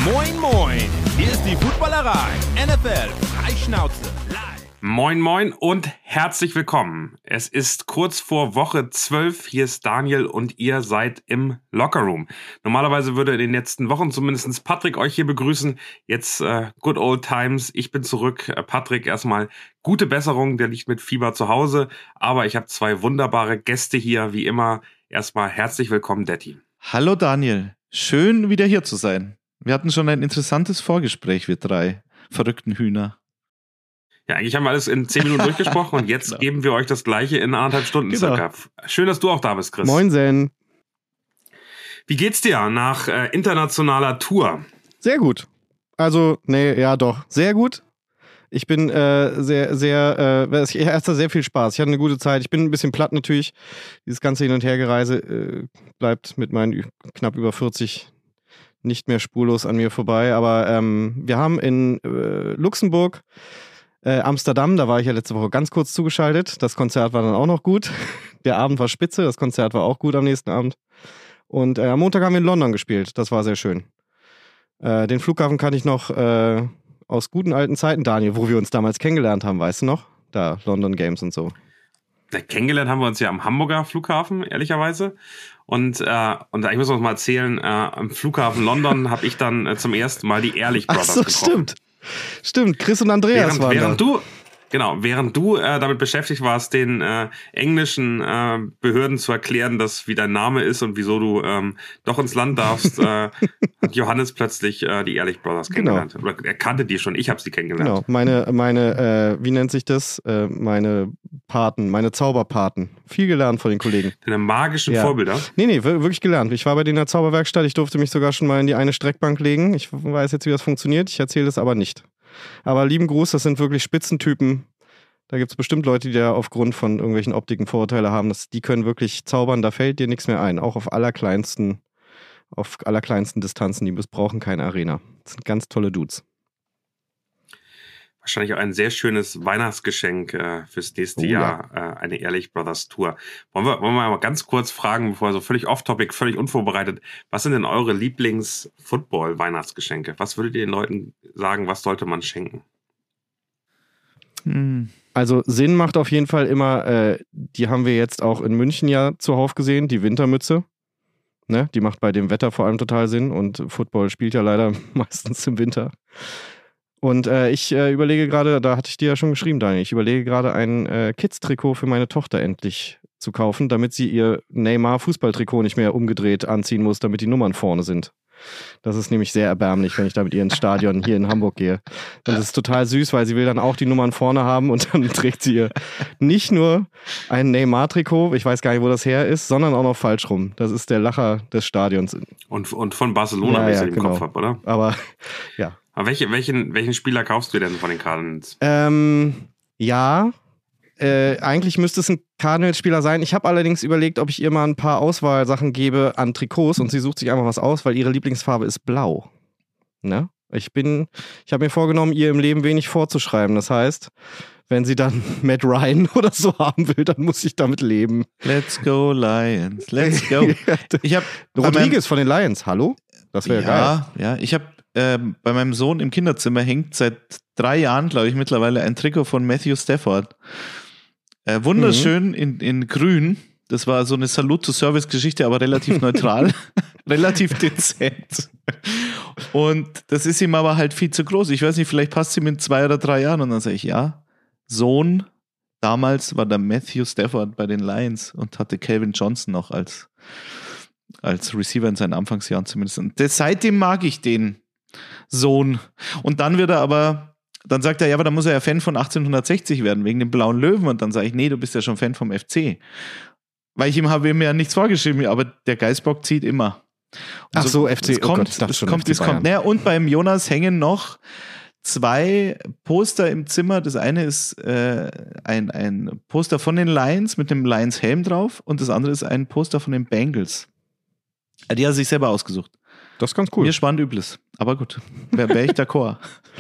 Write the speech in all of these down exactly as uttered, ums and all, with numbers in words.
Moin Moin, hier ist die Footballerei. N F L Freischnauze live. Moin Moin und herzlich willkommen. Es ist kurz vor Woche zwölf, hier ist Daniel und ihr seid im Lockerroom. Normalerweise würde in den letzten Wochen zumindest Patrick euch hier begrüßen. Jetzt äh, good old times, ich bin zurück. Äh, Patrick, erstmal gute Besserung, der liegt mit Fieber zu Hause. Aber ich habe zwei wunderbare Gäste hier, wie immer. Erstmal herzlich willkommen, Detti. Hallo Daniel, schön wieder hier zu sein. Wir hatten schon ein interessantes Vorgespräch, wir drei verrückten Hühner. Ja, eigentlich haben wir alles in zehn Minuten durchgesprochen und jetzt genau. geben wir euch das Gleiche in anderthalb Stunden genau. circa. Schön, dass du auch da bist, Chris. Moinsen. Wie geht's dir nach äh, internationaler Tour? Sehr gut. Also, nee, ja doch, sehr gut. Ich bin äh, sehr, sehr, äh, ich hatte sehr viel Spaß. Ich hatte eine gute Zeit. Ich bin ein bisschen platt natürlich. Dieses ganze Hin- und Hergereise äh, bleibt mit meinen knapp über vierzig nicht mehr spurlos an mir vorbei. Aber ähm, wir haben in äh, Luxemburg, äh, Amsterdam, da war ich ja letzte Woche ganz kurz zugeschaltet. Das Konzert war dann auch noch gut. Der Abend war spitze, das Konzert war auch gut am nächsten Abend. Und äh, am Montag haben wir in London gespielt. Das war sehr schön. Äh, den Flughafen kann ich noch äh, aus guten alten Zeiten, Daniel, wo wir uns damals kennengelernt haben, weißt du noch? Da, London Games und so. Ja, kennengelernt haben wir uns ja am Hamburger Flughafen, ehrlicherweise. Und, äh, und ich muss noch mal erzählen, äh, am Flughafen London habe ich dann äh, zum ersten Mal die Ehrlich Brothers Ach so, getroffen. Stimmt, stimmt. Chris und Andreas während, waren während da. du Genau, während du äh, damit beschäftigt warst, den äh, englischen äh, Behörden zu erklären, dass wie dein Name ist und wieso du ähm, doch ins Land darfst, äh, hat Johannes plötzlich äh, die Ehrlich Brothers kennengelernt. Genau. Oder er kannte die schon, ich habe sie kennengelernt. Genau, meine, meine äh, wie nennt sich das? Äh, meine Paten, meine Zauberpaten. Viel gelernt von den Kollegen. Deine magischen ja. Vorbilder? Nee, nee, wirklich gelernt. Ich war bei denen in der Zauberwerkstatt, ich durfte mich sogar schon mal in die eine Streckbank legen. Ich weiß jetzt, wie das funktioniert, ich erzähle es aber nicht. Aber lieben Gruß, das sind wirklich Spitzentypen. Da gibt es bestimmt Leute, die da aufgrund von irgendwelchen Optiken Vorurteile haben, dass die können wirklich zaubern, da fällt dir nichts mehr ein. Auch auf allerkleinsten, auf allerkleinsten Distanzen, die missbrauchen keine Arena. Das sind ganz tolle Dudes. Wahrscheinlich auch ein sehr schönes Weihnachtsgeschenk äh, fürs nächste oh, Jahr, ja. äh, eine Ehrlich Brothers Tour. Wollen wir, wollen wir mal ganz kurz fragen, bevor so völlig off-topic, völlig unvorbereitet, was sind denn eure Lieblings-Football-Weihnachtsgeschenke? Was würdet ihr den Leuten sagen, was sollte man schenken? Hm. Also Sinn macht auf jeden Fall immer, äh, die haben wir jetzt auch in München ja zuhauf gesehen, die Wintermütze. Ne? Die macht bei dem Wetter vor allem total Sinn und Football spielt ja leider meistens im Winter. Und äh, ich äh, überlege gerade, da hatte ich dir ja schon geschrieben, Daniel, ich überlege gerade ein äh, Kids-Trikot für meine Tochter endlich zu kaufen, damit sie ihr Neymar-Fußballtrikot nicht mehr umgedreht anziehen muss, damit die Nummern vorne sind. Das ist nämlich sehr erbärmlich, wenn ich da mit ihr ins Stadion hier in Hamburg gehe. Und das ist total süß, weil sie will dann auch die Nummern vorne haben und dann trägt sie ihr nicht nur ein Neymar-Trikot, ich weiß gar nicht, wo das her ist, sondern auch noch falsch rum. Das ist der Lacher des Stadions. Und, und von Barcelona, ja, wie ich ja, es im genau. Kopf habe, oder? Aber, ja. Aber welche, welchen, welchen Spieler kaufst du denn von den Cardinals? Ähm, ja, Äh, eigentlich müsste es ein Cardinals-Spieler sein. Ich habe allerdings überlegt, ob ich ihr mal ein paar Auswahlsachen gebe an Trikots und sie sucht sich einfach was aus, weil ihre Lieblingsfarbe ist blau. Ne? Ich bin, ich habe mir vorgenommen, ihr im Leben wenig vorzuschreiben. Das heißt, wenn sie dann Matt Ryan oder so haben will, dann muss ich damit leben. Let's go Lions, let's go. Ich habe Rodriguez von den Lions, hallo? Das wäre ja, geil. Ja, ich habe äh, bei meinem Sohn im Kinderzimmer hängt seit drei Jahren, glaube ich, mittlerweile ein Trikot von Matthew Stafford. Äh, wunderschön mhm. in, in grün. Das war so eine Salute-to-Service-Geschichte, aber relativ neutral. relativ dezent. Und das ist ihm aber halt viel zu groß. Ich weiß nicht, vielleicht passt sie mit zwei oder drei Jahren. Und dann sage ich, ja, Sohn, damals war der Matthew Stafford bei den Lions und hatte Calvin Johnson noch als, als Receiver in seinen Anfangsjahren zumindest. Und das, seitdem mag ich den Sohn. Und dann wird er aber... Dann sagt er, ja, aber dann muss er ja Fan von achtzehnhundertsechzig werden, wegen dem blauen Löwen. Und dann sage ich, nee, du bist ja schon Fan vom F C. Weil ich ihm habe ihm ja nichts vorgeschrieben, aber der Geißbock zieht immer. Und Ach so, so F C, es kommt, oh Gott, ich dachte es schon kommt, F C es kommt. Naja, und beim Jonas hängen noch zwei Poster im Zimmer. Das eine ist äh, ein, ein Poster von den Lions mit dem Lions-Helm drauf und das andere ist ein Poster von den Bengals. Die hat er sich selber ausgesucht. Das ist ganz cool. Mir spannend Übles, aber gut, wäre wär ich d'accord.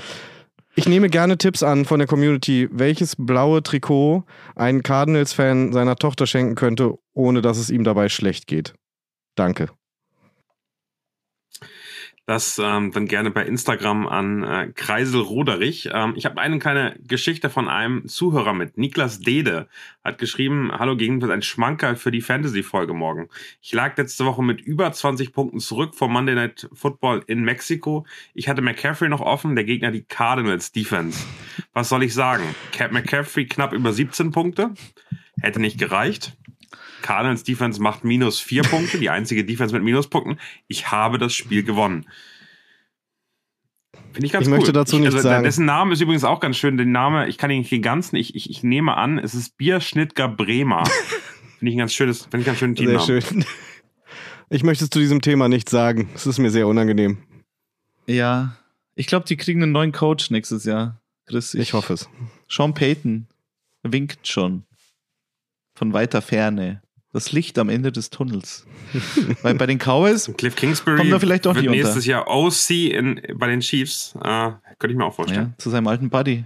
Ich nehme gerne Tipps an von der Community, welches blaue Trikot ein Cardinals-Fan seiner Tochter schenken könnte, ohne dass es ihm dabei schlecht geht. Danke. Das ähm, dann gerne bei Instagram an äh, Kreisel Roderich. Ähm, ich habe eine kleine Geschichte von einem Zuhörer mit. Niklas Dede hat geschrieben, hallo, gegebenenfalls ein Schmankerl für die Fantasy-Folge morgen. Ich lag letzte Woche mit über zwanzig Punkten zurück vom Monday Night Football in Mexiko. Ich hatte McCaffrey noch offen, der Gegner die Cardinals Defense. Was soll ich sagen? Cap McCaffrey knapp über siebzehn Punkte. Hätte nicht gereicht. Cardinals Defense macht minus vier Punkte, die einzige Defense mit Minuspunkten. Ich habe das Spiel gewonnen. Finde ich ganz ich cool. möchte dazu ich, nichts also, sagen. Dessen Name ist übrigens auch ganz schön. Den Name, ich kann ihn nicht den ganzen, ich, ich, ich nehme an, es ist Bierschnittger Bremer. Finde ich ein ganz schönes, finde ich ganz schönen Teamnamen. Sehr schön. Ich möchte zu diesem Thema nichts sagen. Es ist mir sehr unangenehm. Ja, ich glaube, die kriegen einen neuen Coach nächstes Jahr. Chris, ich, Ich hoffe es. Sean Payton winkt schon von weiter Ferne. Das Licht am Ende des Tunnels. Weil bei den Cowboys Cliff Kingsbury kommt er vielleicht doch wird nicht nächstes unter. Jahr O C in, bei den Chiefs. Äh, könnte ich mir auch vorstellen. Ja, zu seinem alten Buddy.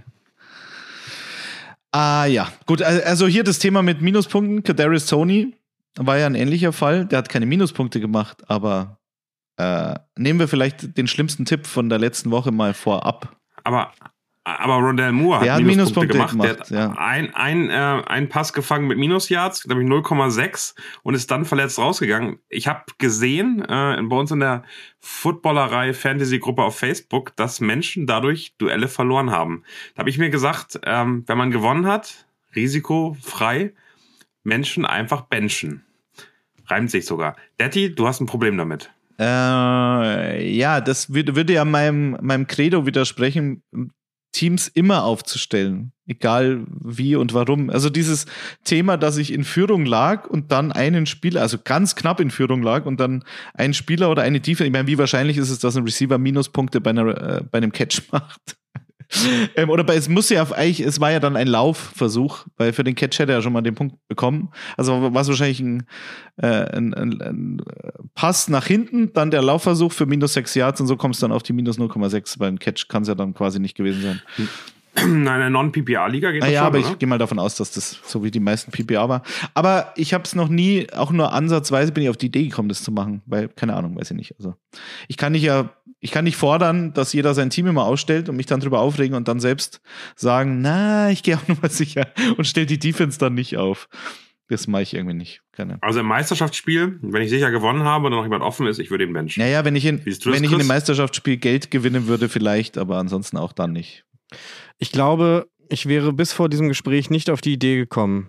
Ah ja, gut, also hier das Thema mit Minuspunkten. Kadarius Toney war ja ein ähnlicher Fall. Der hat keine Minuspunkte gemacht, aber äh, nehmen wir vielleicht den schlimmsten Tipp von der letzten Woche mal vorab. Aber, aber Rondell Moore Der hat hat Minuspunkte, Minuspunkte gemacht. gemacht, Der hat ja. ein, ein, äh, einen Pass gefangen mit Minusyards, glaube ich null Komma sechs und ist dann verletzt rausgegangen. Ich habe gesehen, äh, bei uns in der Footballerei Fantasy-Gruppe auf Facebook, dass Menschen dadurch Duelle verloren haben. Da habe ich mir gesagt, ähm, wenn man gewonnen hat, risikofrei, Menschen einfach benchen. Reimt sich sogar. Detti, du hast ein Problem damit. Äh, ja, das würde, würde ja meinem, meinem Credo widersprechen, Teams immer aufzustellen, egal wie und warum. Also dieses Thema, dass ich in Führung lag und dann einen Spieler, also ganz knapp in Führung lag und dann ein Spieler oder eine Defense, ich meine, wie wahrscheinlich ist es, dass ein Receiver Minuspunkte bei, einer, äh, bei einem Catch macht? ähm, oder bei, es muss ja eigentlich, es war ja dann ein Laufversuch, weil für den Catch hätte er ja schon mal den Punkt bekommen. Also war es wahrscheinlich ein, äh, ein, ein, ein Pass nach hinten, dann der Laufversuch für minus sechs Yards und so kommst du dann auf die minus null Komma sechs. Beim Catch kann es ja dann quasi nicht gewesen sein. In einer Non-P P R-Liga geht das Ah, ja, schon, aber oder? ich gehe mal davon aus, dass das so wie die meisten P P R war. Aber ich habe es noch nie, auch nur ansatzweise bin ich auf die Idee gekommen, das zu machen, weil, keine Ahnung, weiß ich nicht. Also ich kann nicht ja, ich kann nicht fordern, dass jeder sein Team immer ausstellt und mich dann drüber aufregen und dann selbst sagen, na, ich gehe auch nochmal sicher und stell die Defense dann nicht auf. Das mache ich irgendwie nicht. Keine. Also im Meisterschaftsspiel, wenn ich sicher gewonnen habe und noch jemand offen ist, ich würde ihn benchen. Naja, wenn ich in, Wie siehst du das, wenn ich in Chris? einem Meisterschaftsspiel Geld gewinnen würde, vielleicht, aber ansonsten auch dann nicht. Ich glaube, ich wäre bis vor diesem Gespräch nicht auf die Idee gekommen.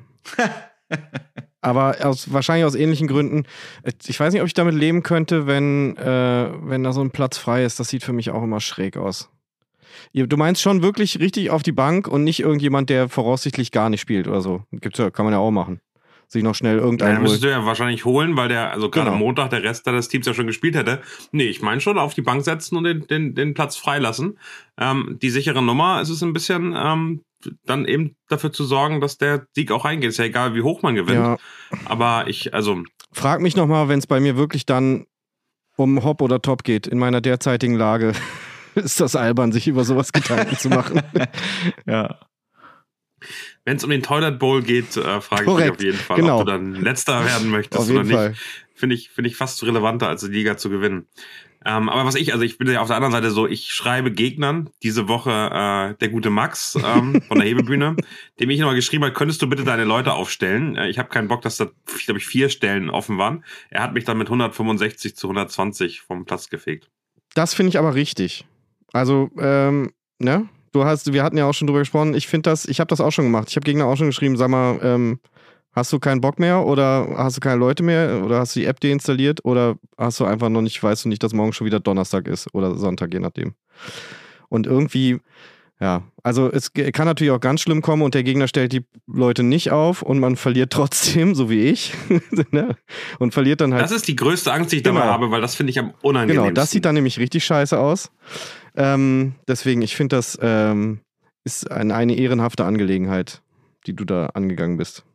Aber aus, wahrscheinlich aus ähnlichen Gründen. Ich weiß nicht, ob ich damit leben könnte, wenn, äh, wenn da so ein Platz frei ist. Das sieht für mich auch immer schräg aus. Ihr- Du meinst schon wirklich richtig auf die Bank und nicht irgendjemand, der voraussichtlich gar nicht spielt oder so. Gibt's ja, kann man ja auch machen. Sich noch schnell Nein, irgendeinen dann müsstest holen. du ja wahrscheinlich holen, weil der, also gerade Genau. am Montag der Rest des Teams ja schon gespielt hätte. Nee, ich meine schon, auf die Bank setzen und den, den, den Platz freilassen. Ähm, die sichere Nummer ist es ein bisschen, ähm, dann eben dafür zu sorgen, dass der Sieg auch reingeht. Ist ja egal, wie hoch man gewinnt. Ja. Aber ich, also, Frag mich nochmal, wenn es bei mir wirklich dann um Hop oder Top geht, in meiner derzeitigen Lage. Ist das albern, sich über sowas Gedanken zu machen? Ja. wenn es um den Toilet Bowl geht, äh, frage ich dich Korrekt, auf jeden Fall, genau. ob du dann Letzter werden möchtest Auf oder jeden nicht. Fall. Finde ich, finde ich fast relevanter, als die Liga zu gewinnen. Ähm, aber was ich, also ich bin ja auf der anderen Seite so, ich schreibe Gegnern diese Woche äh, der gute Max ähm, von der Hebebühne, dem ich nochmal geschrieben habe, könntest du bitte deine Leute aufstellen? Äh, ich habe keinen Bock, dass da, ich glaube ich, vier Stellen offen waren. Er hat mich dann mit hundertfünfundsechzig zu hundertzwanzig vom Platz gefegt. Das finde ich aber richtig. Also, ähm, ne? Du hast, wir hatten ja auch schon drüber gesprochen. Ich finde das, ich habe das auch schon gemacht. Ich habe Gegner auch schon geschrieben, sag mal, ähm, hast du keinen Bock mehr oder hast du keine Leute mehr oder hast du die App deinstalliert oder hast du einfach noch nicht, weißt du nicht, dass morgen schon wieder Donnerstag ist oder Sonntag, je nachdem. Und irgendwie, ja, also es kann natürlich auch ganz schlimm kommen und der Gegner stellt die Leute nicht auf und man verliert trotzdem, so wie ich, ne? Und verliert dann halt. Das ist die größte Angst, die ich dabei Genau. habe, weil das finde ich am unangenehmsten. Genau, das sieht dann nämlich richtig scheiße aus. Ähm, deswegen, ich finde, das ähm, ist eine, eine ehrenhafte Angelegenheit, die du da angegangen bist.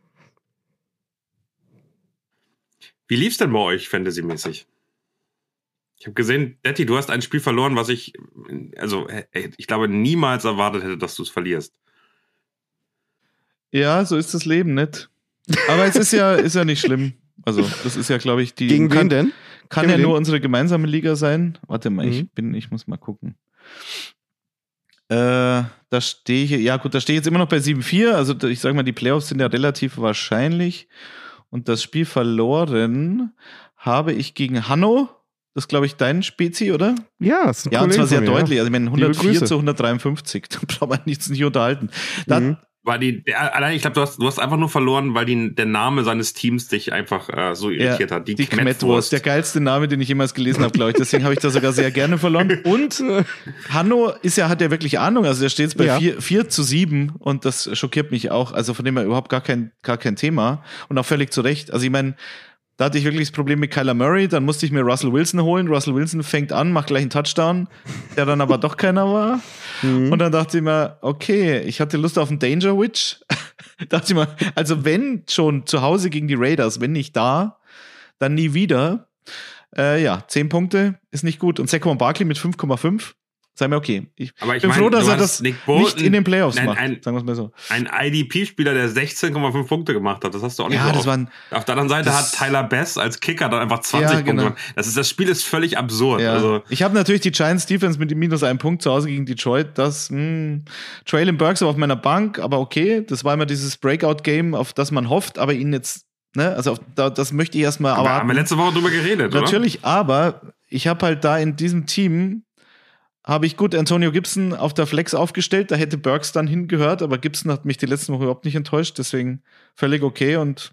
Wie lief's denn bei euch fantasymäßig? Ich habe gesehen, Detti, du hast ein Spiel verloren, was ich, also ich glaube, niemals erwartet hätte, dass du es verlierst. Ja, so ist das Leben nicht. Aber es ist ja, ist ja nicht schlimm. Also, das ist ja, glaube ich, die. Gegen kann, wen denn? Kann Kennen ja wir nur den? unsere gemeinsame Liga sein. Warte mal, Mhm. ich bin, ich muss mal gucken. Äh, da stehe ich, ja gut, da stehe ich jetzt immer noch bei sieben vier. Also ich sage mal, die Playoffs sind ja relativ wahrscheinlich. Und das Spiel verloren habe ich gegen Hanno. Das ist, glaube ich, dein Spezi, oder? Ja, ist ein Ja, und Kollege zwar sehr von mir, deutlich. Ja. Also ich meine, Liebe hundertvier Grüße. zu hundertdreiundfünfzig. Da braucht man nichts nicht unterhalten. Da, Mhm. War die, der, allein, ich glaube, du hast, du hast einfach nur verloren, weil die, der Name seines Teams dich einfach äh, so irritiert ja, hat. Die, die Kmettwurst. Kmettwurst. Der geilste Name, den ich jemals gelesen habe, glaube ich. Deswegen habe ich da sogar sehr gerne verloren. Und Hanno ist ja, hat ja wirklich Ahnung. Also der steht jetzt bei Ja. vier zu sieben und das schockiert mich auch. Also von dem her überhaupt gar kein, gar kein Thema. Und auch völlig zu Recht. Also ich meine, da hatte ich wirklich das Problem mit Kyler Murray, dann musste ich mir Russell Wilson holen. Russell Wilson fängt an, macht gleich einen Touchdown, der dann aber doch keiner war. Mhm. Und dann dachte ich mir, okay, ich hatte Lust auf einen Danger Witch. dachte ich mir, also wenn schon zu Hause gegen die Raiders, wenn nicht da, dann nie wieder. Äh, ja, zehn Punkte ist nicht gut. Und Saquon Barkley mit fünf Komma fünf, sei mir okay. Ich Aber ich bin mein, froh, dass du er hast das Nick Bolton, nicht in den Playoffs nein, macht, ein- sagen wir es mal so. Ein I D P-Spieler, der sechzehn Komma fünf Punkte gemacht hat. Das hast du auch nicht Ja, so das oft. waren Auf der anderen Seite das- hat Tyler Bass als Kicker dann einfach zwanzig Ja, Punkte genau. gemacht. Das, ist, das Spiel ist völlig absurd. Ja. Also, Ich habe natürlich die Giants Defense mit dem minus einem Punkt zu Hause gegen Detroit. Das, mh, Traylon Burks war auf meiner Bank, aber okay, das war immer dieses Breakout-Game, auf das man hofft, aber ihn jetzt, ne, also auf, da, das möchte ich erstmal aber haben erwarten. wir letzte Woche drüber geredet, oder? Natürlich, aber ich habe halt da in diesem Team, habe ich gut Antonio Gibson auf der Flex aufgestellt, da hätte Burks dann hingehört, aber Gibson hat mich die letzten Woche überhaupt nicht enttäuscht, deswegen völlig okay und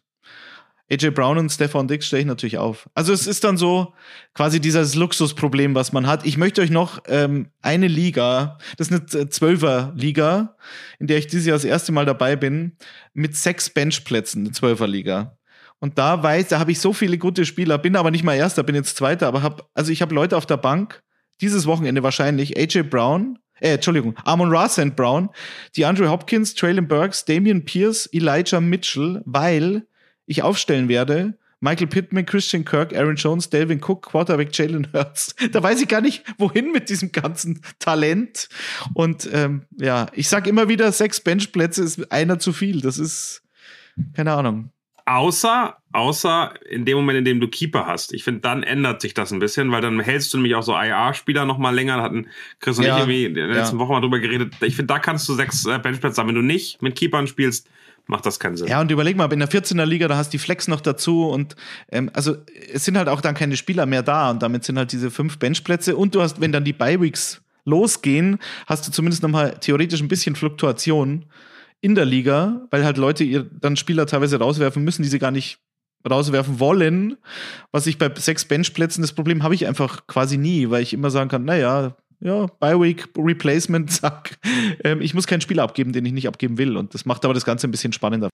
A J Brown und Stephon Diggs stelle ich natürlich auf. Also es ist dann so quasi dieses Luxusproblem, was man hat. Ich möchte euch noch ähm, eine Liga, das ist eine Zwölfer-Liga, in der ich dieses Jahr das erste Mal dabei bin, mit sechs Benchplätzen, eine Zwölfer-Liga. Und da weiß, da habe ich so viele gute Spieler, bin aber nicht mal Erster, bin jetzt Zweiter, aber hab, also ich habe Leute auf der Bank, dieses Wochenende wahrscheinlich, A J Brown, äh, Entschuldigung, Amon-Ra Saint Brown, DeAndre Hopkins, Traylon Burks, Damian Pierce, Elijah Mitchell, weil ich aufstellen werde, Michael Pittman, Christian Kirk, Aaron Jones, Dalvin Cook, Quarterback Jalen Hurts. Da weiß ich gar nicht, wohin mit diesem ganzen Talent. Und ähm, ja, ich sag immer wieder, sechs Benchplätze ist einer zu viel. Das ist, keine Ahnung. Außer, außer in dem Moment, in dem du Keeper hast. Ich finde, dann ändert sich das ein bisschen, weil dann hältst du nämlich auch so I R-Spieler noch mal länger. Da hatten Chris und Ja, ich irgendwie in der letzten ja. Woche mal drüber geredet. Ich finde, da kannst du sechs äh, Benchplätze haben. Wenn du nicht mit Keepern spielst, macht das keinen Sinn. Ja, und überleg mal, in der vierzehner Liga, da hast du die Flex noch dazu und ähm, also es sind halt auch dann keine Spieler mehr da und damit sind halt diese fünf Benchplätze und du hast, wenn dann die Bye-Weeks losgehen, hast du zumindest nochmal theoretisch ein bisschen Fluktuation in der Liga, weil halt Leute ihr dann Spieler teilweise rauswerfen müssen, die sie gar nicht rauswerfen wollen. Was ich bei sechs Benchplätzen, das Problem habe ich einfach quasi nie, weil ich immer sagen kann, naja, ja, Bye-Week, Replacement, zack. Ähm, ich muss keinen Spieler abgeben, den ich nicht abgeben will. Und das macht aber das Ganze ein bisschen spannender.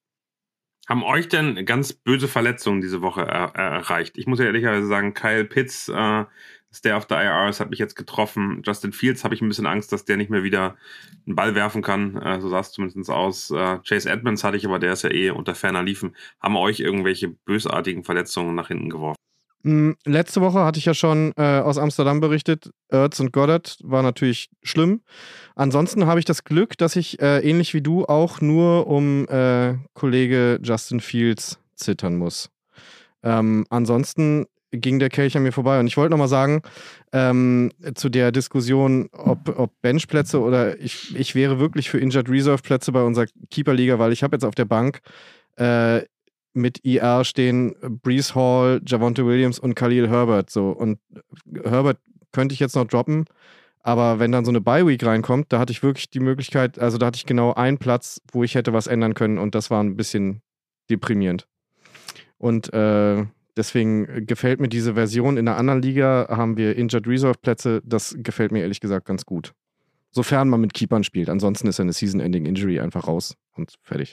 Haben euch denn ganz böse Verletzungen diese Woche er er erreicht? Ich muss ja ehrlicherweise sagen, Kyle Pitts äh, ist der auf der I R, das hat mich jetzt getroffen. Justin Fields habe ich ein bisschen Angst, dass der nicht mehr wieder einen Ball werfen kann. Äh, so sah es zumindest aus. Äh, Chase Edmonds hatte ich, aber der ist ja eh unter ferner Liefen. Haben euch irgendwelche bösartigen Verletzungen nach hinten geworfen? Mm, Letzte Woche hatte ich ja schon äh, aus Amsterdam berichtet. Ertz und Goddard war natürlich schlimm. Ansonsten habe ich das Glück, dass ich äh, ähnlich wie du auch nur um äh, Kollege Justin Fields zittern muss. Ähm, ansonsten ging der Kelch an mir vorbei. Und ich wollte nochmal sagen, ähm, zu der Diskussion, ob, ob Benchplätze oder ich, ich wäre wirklich für Injured Reserve Plätze bei unserer Keeper-Liga, weil ich habe jetzt auf der Bank äh, mit I R stehen Breece Hall, Javonte Williams und Khalil Herbert. So. Und Herbert könnte ich jetzt noch droppen, aber wenn dann so eine Bye-Week reinkommt, da hatte ich wirklich die Möglichkeit, also da hatte ich genau einen Platz, wo ich hätte was ändern können und das war ein bisschen deprimierend. Und äh, deswegen gefällt mir diese Version. In einer anderen Liga haben wir Injured Reserve Plätze, das gefällt mir ehrlich gesagt ganz gut. Sofern man mit Keepern spielt. Ansonsten ist eine Season-Ending Injury einfach raus und fertig.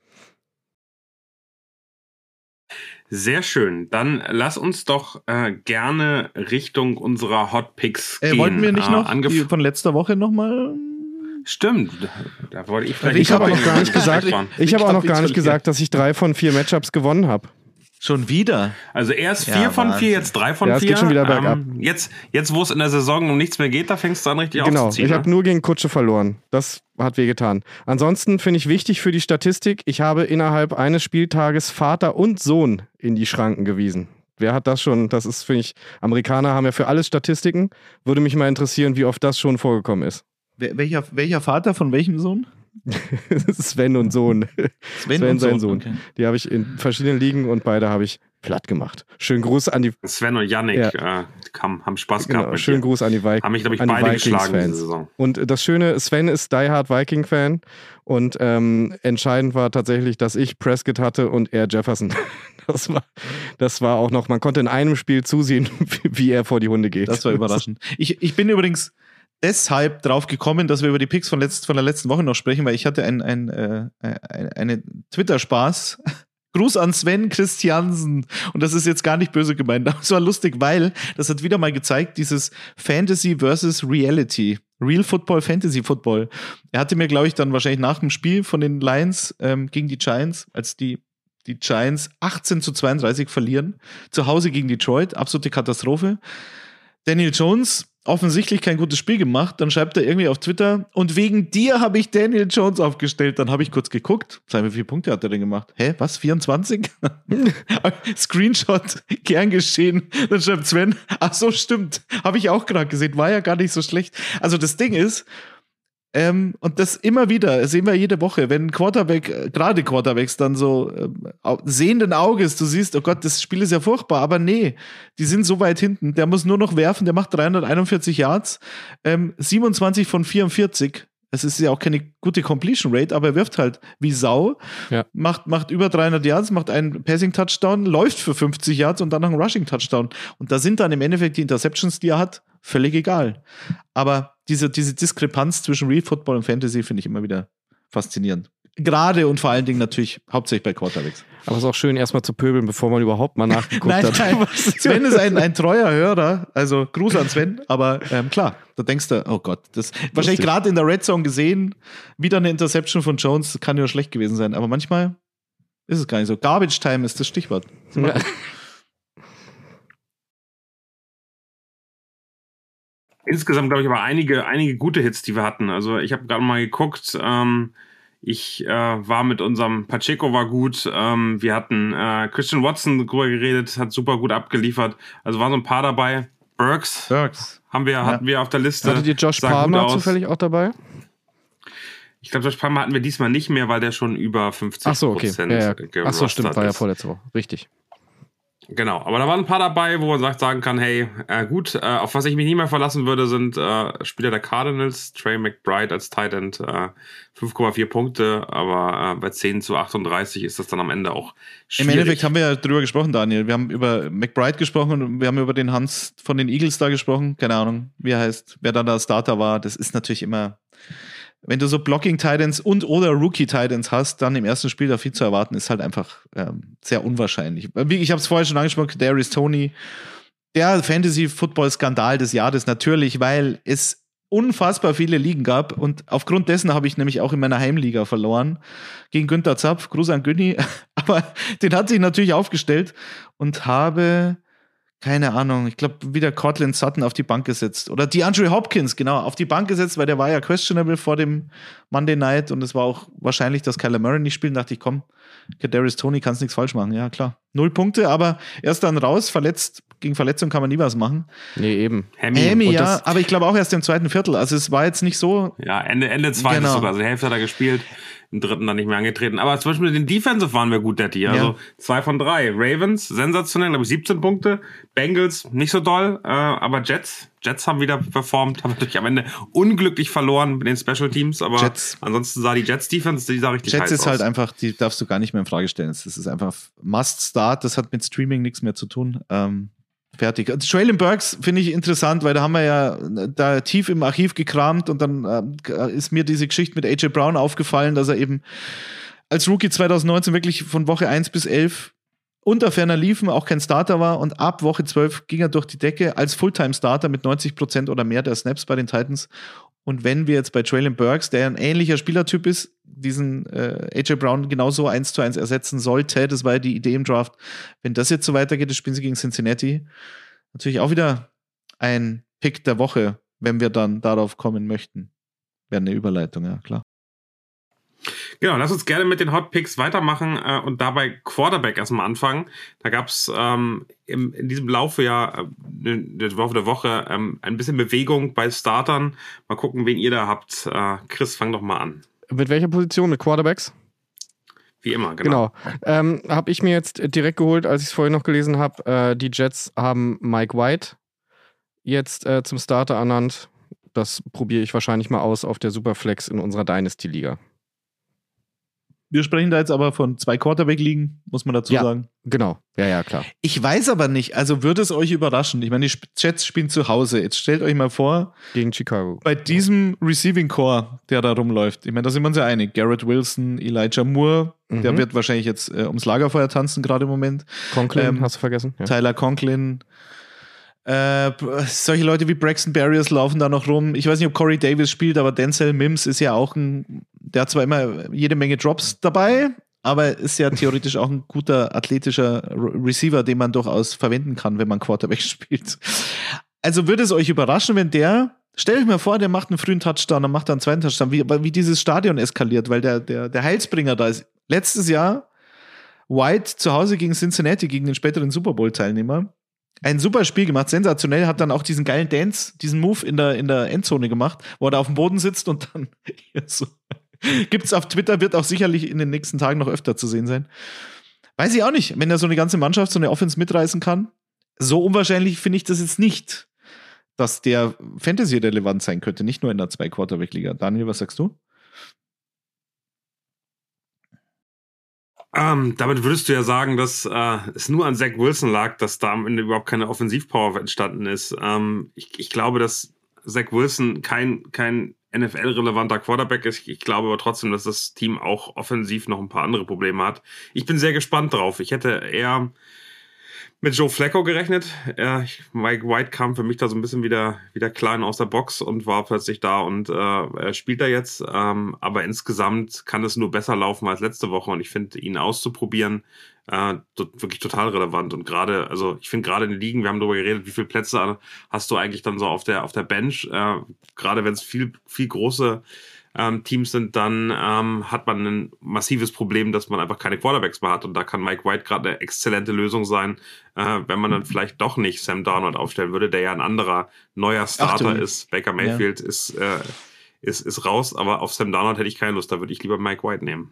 Sehr schön. Dann lass uns doch äh, gerne Richtung unserer Hot Picks Äh, gehen. wollten wir nicht Äh, noch angef- die von letzter Woche nochmal? Stimmt. Da wollte ich vielleicht Ich habe auch noch nicht gar nicht gesagt, ich habe auch noch gar nicht gesagt, dass ich drei von vier Matchups gewonnen habe. Schon wieder? Also erst Ja, vier von Wahnsinn. vier, jetzt drei von Ja, es vier. geht schon wieder bergab. Ähm, jetzt, jetzt, wo es in der Saison um nichts mehr geht, da fängst du an, richtig Genau, aufzuziehen. ich ne? habe nur gegen Kutsche verloren. Das hat wehgetan. Ansonsten finde ich wichtig für die Statistik, ich habe innerhalb eines Spieltages Vater und Sohn in die Schranken gewiesen. Wer hat das schon? Das ist, finde ich, Amerikaner haben ja für alles Statistiken. Würde mich mal interessieren, wie oft das schon vorgekommen ist. Welcher, welcher Vater von welchem Sohn? Sven und Sohn. Sven, Sven und sein Sohn. Sohn. Okay. Die habe ich in verschiedenen Ligen und beide habe ich platt gemacht. Schönen Gruß an die... Sven und Yannick Ja. äh, haben, haben Spaß Genau, gehabt mit schönen dir. Gruß an die Vikings. Haben mich, glaube ich, an die beide geschlagen diese Vikings-Fans. Saison. Und das Schöne, Sven ist Die Hard Viking-Fan und ähm, entscheidend war tatsächlich, dass ich Prescott hatte und er Jefferson. Das war, das war auch noch, man konnte in einem Spiel zusehen, wie er vor die Hunde geht. Das war überraschend. Ich, ich bin übrigens deshalb drauf gekommen, dass wir über die Picks von, letzt, von der letzten Woche noch sprechen, weil ich hatte ein, ein, äh, ein, eine Twitter-Spaß. Gruß an Sven Christiansen. Und das ist jetzt gar nicht böse gemeint. Das war lustig, weil das hat wieder mal gezeigt, dieses Fantasy versus Reality. Real Football, Fantasy Football. Er hatte mir, glaube ich, dann wahrscheinlich nach dem Spiel von den Lions ähm, gegen die Giants, als die die Giants achtzehn zu zweiunddreißig verlieren, zu Hause gegen Detroit, absolute Katastrophe. Daniel Jones, offensichtlich kein gutes Spiel gemacht, dann schreibt er irgendwie auf Twitter, und wegen dir habe ich Daniel Jones aufgestellt. Dann habe ich kurz geguckt, sag mal, wie viele Punkte hat er denn gemacht? Hä, was, vierundzwanzig? Screenshot, gern geschehen. Dann schreibt Sven, ach so, stimmt, habe ich auch gerade gesehen, war ja gar nicht so schlecht. Also das Ding ist, Ähm, und das immer wieder, sehen wir jede Woche, wenn Quarterback, äh, gerade Quarterbacks dann so äh, sehenden Auges, du siehst, oh Gott, das Spiel ist ja furchtbar, aber nee, die sind so weit hinten, der muss nur noch werfen, der macht dreihunderteinundvierzig Yards, ähm, siebenundzwanzig von vierundvierzig, es ist ja auch keine gute Completion Rate, aber er wirft halt wie Sau, Ja. macht, macht über dreihundert Yards, macht einen Passing-Touchdown, läuft für fünfzig Yards und dann noch einen Rushing-Touchdown. Und da sind dann im Endeffekt die Interceptions, die er hat, völlig egal. Aber diese, diese Diskrepanz zwischen Real Football und Fantasy finde ich immer wieder faszinierend. Gerade und vor allen Dingen natürlich hauptsächlich bei Quarterbacks. Aber es ist auch schön, erstmal zu pöbeln, bevor man überhaupt mal nachgeguckt Nein, hat. nein. Sven ist ein, ein treuer Hörer, also Gruß an Sven, aber ähm, klar, da denkst du, oh Gott, das wahrscheinlich gerade in der Red Zone gesehen, wieder eine Interception von Jones, das kann ja schlecht gewesen sein, aber manchmal ist es gar nicht so. Garbage Time ist das Stichwort. Ja. Insgesamt, glaube ich, aber einige, einige gute Hits, die wir hatten. Also ich habe gerade mal geguckt, ähm, ich äh, war mit unserem Pacheco war gut, ähm, wir hatten äh, Christian Watson drüber geredet, hat super gut abgeliefert. Also waren so ein paar dabei. Burks, Burks. haben wir, Ja. hatten wir auf der Liste. Hattet ihr Josh Sah gut Palmer aus. zufällig auch dabei? Ich glaube, Josh Palmer hatten wir diesmal nicht mehr, weil der schon über fünfzig Ach so, okay. Prozent Ja, ja. gerustert Ach so, stimmt, war ja ist. vorletzte Woche. Richtig. Genau, aber da waren ein paar dabei, wo man sagt, sagen kann, hey, äh, gut, äh, auf was ich mich nie mehr verlassen würde, sind äh, Spieler der Cardinals, Trey McBride als Tight End, äh, fünf Komma vier Punkte, aber äh, bei zehn zu achtunddreißig ist das dann am Ende auch schwierig. Im Endeffekt haben wir ja drüber gesprochen, Daniel. Wir haben über McBride gesprochen und wir haben über den Hans von den Eagles da gesprochen. Keine Ahnung, wie er heißt, wer dann der Starter war. Das ist natürlich immer, wenn du so Blocking-Titans und oder Rookie-Titans hast, dann im ersten Spiel da viel zu erwarten, ist halt einfach ähm, sehr unwahrscheinlich. Wie, ich habe es vorher schon angesprochen, Kadarius Toney, der Fantasy-Football-Skandal des Jahres natürlich, weil es unfassbar viele Ligen gab und aufgrund dessen habe ich nämlich auch in meiner Heimliga verloren gegen Günther Zapf, Gruß an Günni, aber den hat sich natürlich aufgestellt und habe keine Ahnung, ich glaube, wieder Cortland Sutton auf die Bank gesetzt. Oder DeAndre Hopkins, genau, auf die Bank gesetzt, weil der war ja questionable vor dem Monday Night und es war auch wahrscheinlich, dass Kyler Murray nicht spielt. Da dachte ich, komm, Kadarius Toney kannst nichts falsch machen. Ja, klar. Null Punkte, aber erst dann raus, verletzt. Gegen Verletzung kann man nie was machen. Nee, eben. Hemi. Hemi, Und ja, das- aber ich glaube auch erst im zweiten Viertel. Also es war jetzt nicht so. Ja, Ende, Ende zweites Genau. sogar. Also die Hälfte hat er gespielt, im dritten dann nicht mehr angetreten. Aber zum Beispiel mit den Defensive waren wir gut, Daddy. Also Ja. zwei von drei. Ravens, sensationell, glaube ich, siebzehn Punkte. Bengals, nicht so doll. Äh, aber Jets, Jets haben wieder performt, haben natürlich am Ende unglücklich verloren mit den Special Teams. Aber Jets. ansonsten sah die Jets Defense, die sah richtig Jets heiß ist halt aus. einfach, die darfst du gar nicht mehr in Frage stellen. Das ist einfach Must-Start. Das hat mit Streaming nichts mehr zu tun. Ähm, fertig. Also Traylon Burks finde ich interessant, weil da haben wir ja da tief im Archiv gekramt und dann äh, ist mir diese Geschichte mit A J Brown aufgefallen, dass er eben als Rookie zwanzig neunzehn wirklich von Woche eins bis elf unter ferner liefen, auch kein Starter war und ab Woche zwölf ging er durch die Decke als Fulltime-Starter mit neunzig Prozent oder mehr der Snaps bei den Titans. Und wenn wir jetzt bei Traylon Burks, der ein ähnlicher Spielertyp ist, diesen äh, A J Brown genauso eins zu eins ersetzen sollte, das war ja die Idee im Draft, wenn das jetzt so weitergeht, das spielen sie gegen Cincinnati, natürlich auch wieder ein Pick der Woche, wenn wir dann darauf kommen möchten. Wäre eine Überleitung, ja klar. Genau, lass uns gerne mit den Hot Picks weitermachen äh, und dabei Quarterback erstmal anfangen. Da gab es ähm, in diesem Laufe ja, äh, im Laufe der Woche, ähm, ein bisschen Bewegung bei Startern. Mal gucken, wen ihr da habt. Äh, Chris, fang doch mal an. Mit welcher Position? Mit Quarterbacks? Wie immer, genau. Genau. Ähm, habe ich mir jetzt direkt geholt, als ich es vorhin noch gelesen habe. Äh, die Jets haben Mike White jetzt äh, zum Starter ernannt. Das probiere ich wahrscheinlich mal aus auf der Superflex in unserer Dynasty-Liga. Wir sprechen da jetzt aber von zwei Quarterback-Ligen, muss man dazu ja, sagen. Genau, ja, ja, klar. Ich weiß aber nicht, also würde es euch überraschen. Ich meine, die Jets spielen zu Hause. Jetzt stellt euch mal vor, gegen Chicago. Bei diesem Receiving Core, der da rumläuft, ich meine, da sind wir uns ja einig. Garrett Wilson, Elijah Moore, mhm. der wird wahrscheinlich jetzt äh, ums Lagerfeuer tanzen, gerade im Moment. Conklin, ähm, hast du vergessen? Ja. Tyler Conklin. Äh, solche Leute wie Braxton Berrios laufen da noch rum. Ich weiß nicht, ob Corey Davis spielt, aber Denzel Mims ist ja auch ein, der hat zwar immer jede Menge Drops dabei, aber ist ja theoretisch auch ein guter athletischer Receiver, den man durchaus verwenden kann, wenn man Quarterback spielt. Also würde es euch überraschen, wenn der, stellt euch mal vor, der macht einen frühen Touchdown, dann macht er einen zweiten Touchdown, wie, wie dieses Stadion eskaliert, weil der, der, der Heilsbringer da ist. Letztes Jahr White zu Hause gegen Cincinnati, gegen den späteren Super Bowl-Teilnehmer. Ein super Spiel gemacht, sensationell, hat dann auch diesen geilen Dance, diesen Move in der, in der Endzone gemacht, wo er da auf dem Boden sitzt und dann hier so. Gibt's auf Twitter, wird auch sicherlich in den nächsten Tagen noch öfter zu sehen sein. Weiß ich auch nicht, wenn er so eine ganze Mannschaft, so eine Offense mitreißen kann. So unwahrscheinlich finde ich das jetzt nicht, dass der Fantasy relevant sein könnte, nicht nur in der Zwei-Quarterback-Liga. Daniel, was sagst du? Ähm, damit würdest du ja sagen, dass äh, es nur an Zach Wilson lag, dass da am Ende überhaupt keine Offensivpower entstanden ist. Ähm, ich, ich glaube, dass Zach Wilson kein, kein N F L-relevanter Quarterback ist. Ich glaube aber trotzdem, dass das Team auch offensiv noch ein paar andere Probleme hat. Ich bin sehr gespannt drauf. Ich hätte eher mit Joe Flacco gerechnet. Äh, Mike White kam für mich da so ein bisschen wieder, wieder klein aus der Box und war plötzlich da und äh, spielt da jetzt. Ähm, aber insgesamt kann es nur besser laufen als letzte Woche und ich finde, ihn auszuprobieren, äh, wirklich total relevant. Und gerade, also ich finde gerade in den Ligen, wir haben darüber geredet, wie viele Plätze hast du eigentlich dann so auf der, auf der Bench. Äh, gerade wenn es viel, viel große Ähm, Teams sind, dann ähm, hat man ein massives Problem, dass man einfach keine Quarterbacks mehr hat und da kann Mike White gerade eine exzellente Lösung sein, äh, wenn man dann vielleicht doch nicht Sam Darnold aufstellen würde, der ja ein anderer neuer Starter Ach, ist. Baker Mayfield ja. ist, äh, ist, ist raus, aber auf Sam Darnold hätte ich keine Lust, da würde ich lieber Mike White nehmen.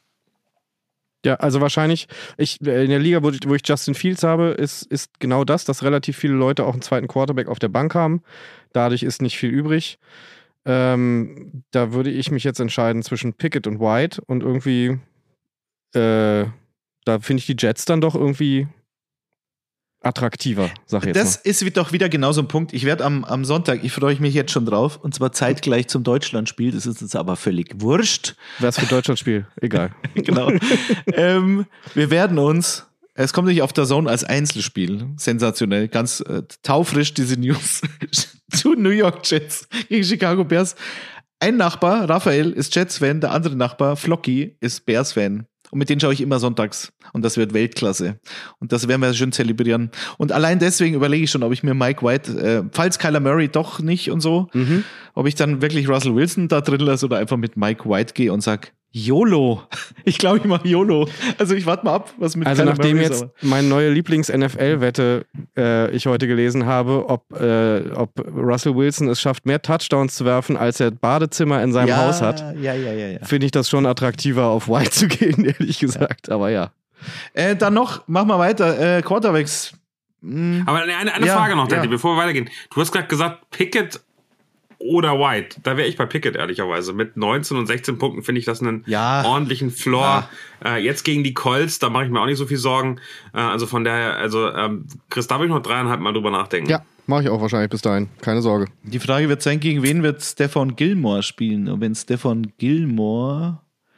Ja, also wahrscheinlich, ich, in der Liga, wo ich, wo ich Justin Fields habe, ist, ist genau das, dass relativ viele Leute auch einen zweiten Quarterback auf der Bank haben. Dadurch ist nicht viel übrig. Ähm, da würde ich mich jetzt entscheiden zwischen Pickett und White und irgendwie äh, da finde ich die Jets dann doch irgendwie attraktiver, sag ich jetzt Das mal. ist doch wieder genau so ein Punkt. Ich werde am, am Sonntag, ich freue mich jetzt schon drauf, und zwar zeitgleich zum Deutschlandspiel, das ist uns aber völlig wurscht. Was für Deutschlandspiel, egal. Genau. ähm, wir werden uns, es kommt nicht auf der Zone als Einzelspiel, sensationell, ganz äh, taufrisch diese News zu New York Jets gegen Chicago Bears. Ein Nachbar, Raphael, ist Jets-Fan, der andere Nachbar, Flocky, ist Bears-Fan. Und mit denen schaue ich immer sonntags. Und das wird Weltklasse. Und das werden wir schön zelebrieren. Und allein deswegen überlege ich schon, ob ich mir Mike White, äh, falls Kyler Murray doch nicht und so, mhm. ob ich dann wirklich Russell Wilson da drin lasse oder einfach mit Mike White gehe und sage, YOLO. Ich glaube, ich mache YOLO. Also ich warte mal ab, was mit Also Kyler nachdem Murray jetzt ist, meine neue Lieblings-N F L-Wette äh, ich heute gelesen habe, ob, äh, ob Russell Wilson es schafft, mehr Touchdowns zu werfen, als er Badezimmer in seinem ja, Haus hat, ja, ja, ja, ja. finde ich das schon attraktiver, auf White zu gehen, ehrlich gesagt. Ja. Aber ja. Äh, dann noch, mach mal weiter, äh, Quarterbacks. Hm. Aber eine, eine ja, Frage noch, Daddy, ja. bevor wir weitergehen. Du hast gerade gesagt, Pickett oder White. Da wäre ich bei Pickett, ehrlicherweise. Mit neunzehn und sechzehn Punkten finde ich das einen ja. ordentlichen Floor. Ja. Äh, jetzt gegen die Colts, da mache ich mir auch nicht so viel Sorgen. Äh, also von daher, also ähm, Chris, da will ich noch dreieinhalb Mal drüber nachdenken. Ja, mache ich auch wahrscheinlich bis dahin. Keine Sorge. Die Frage wird sein, gegen wen wird Stephon Gilmore spielen? Und wenn Stephon Gilmore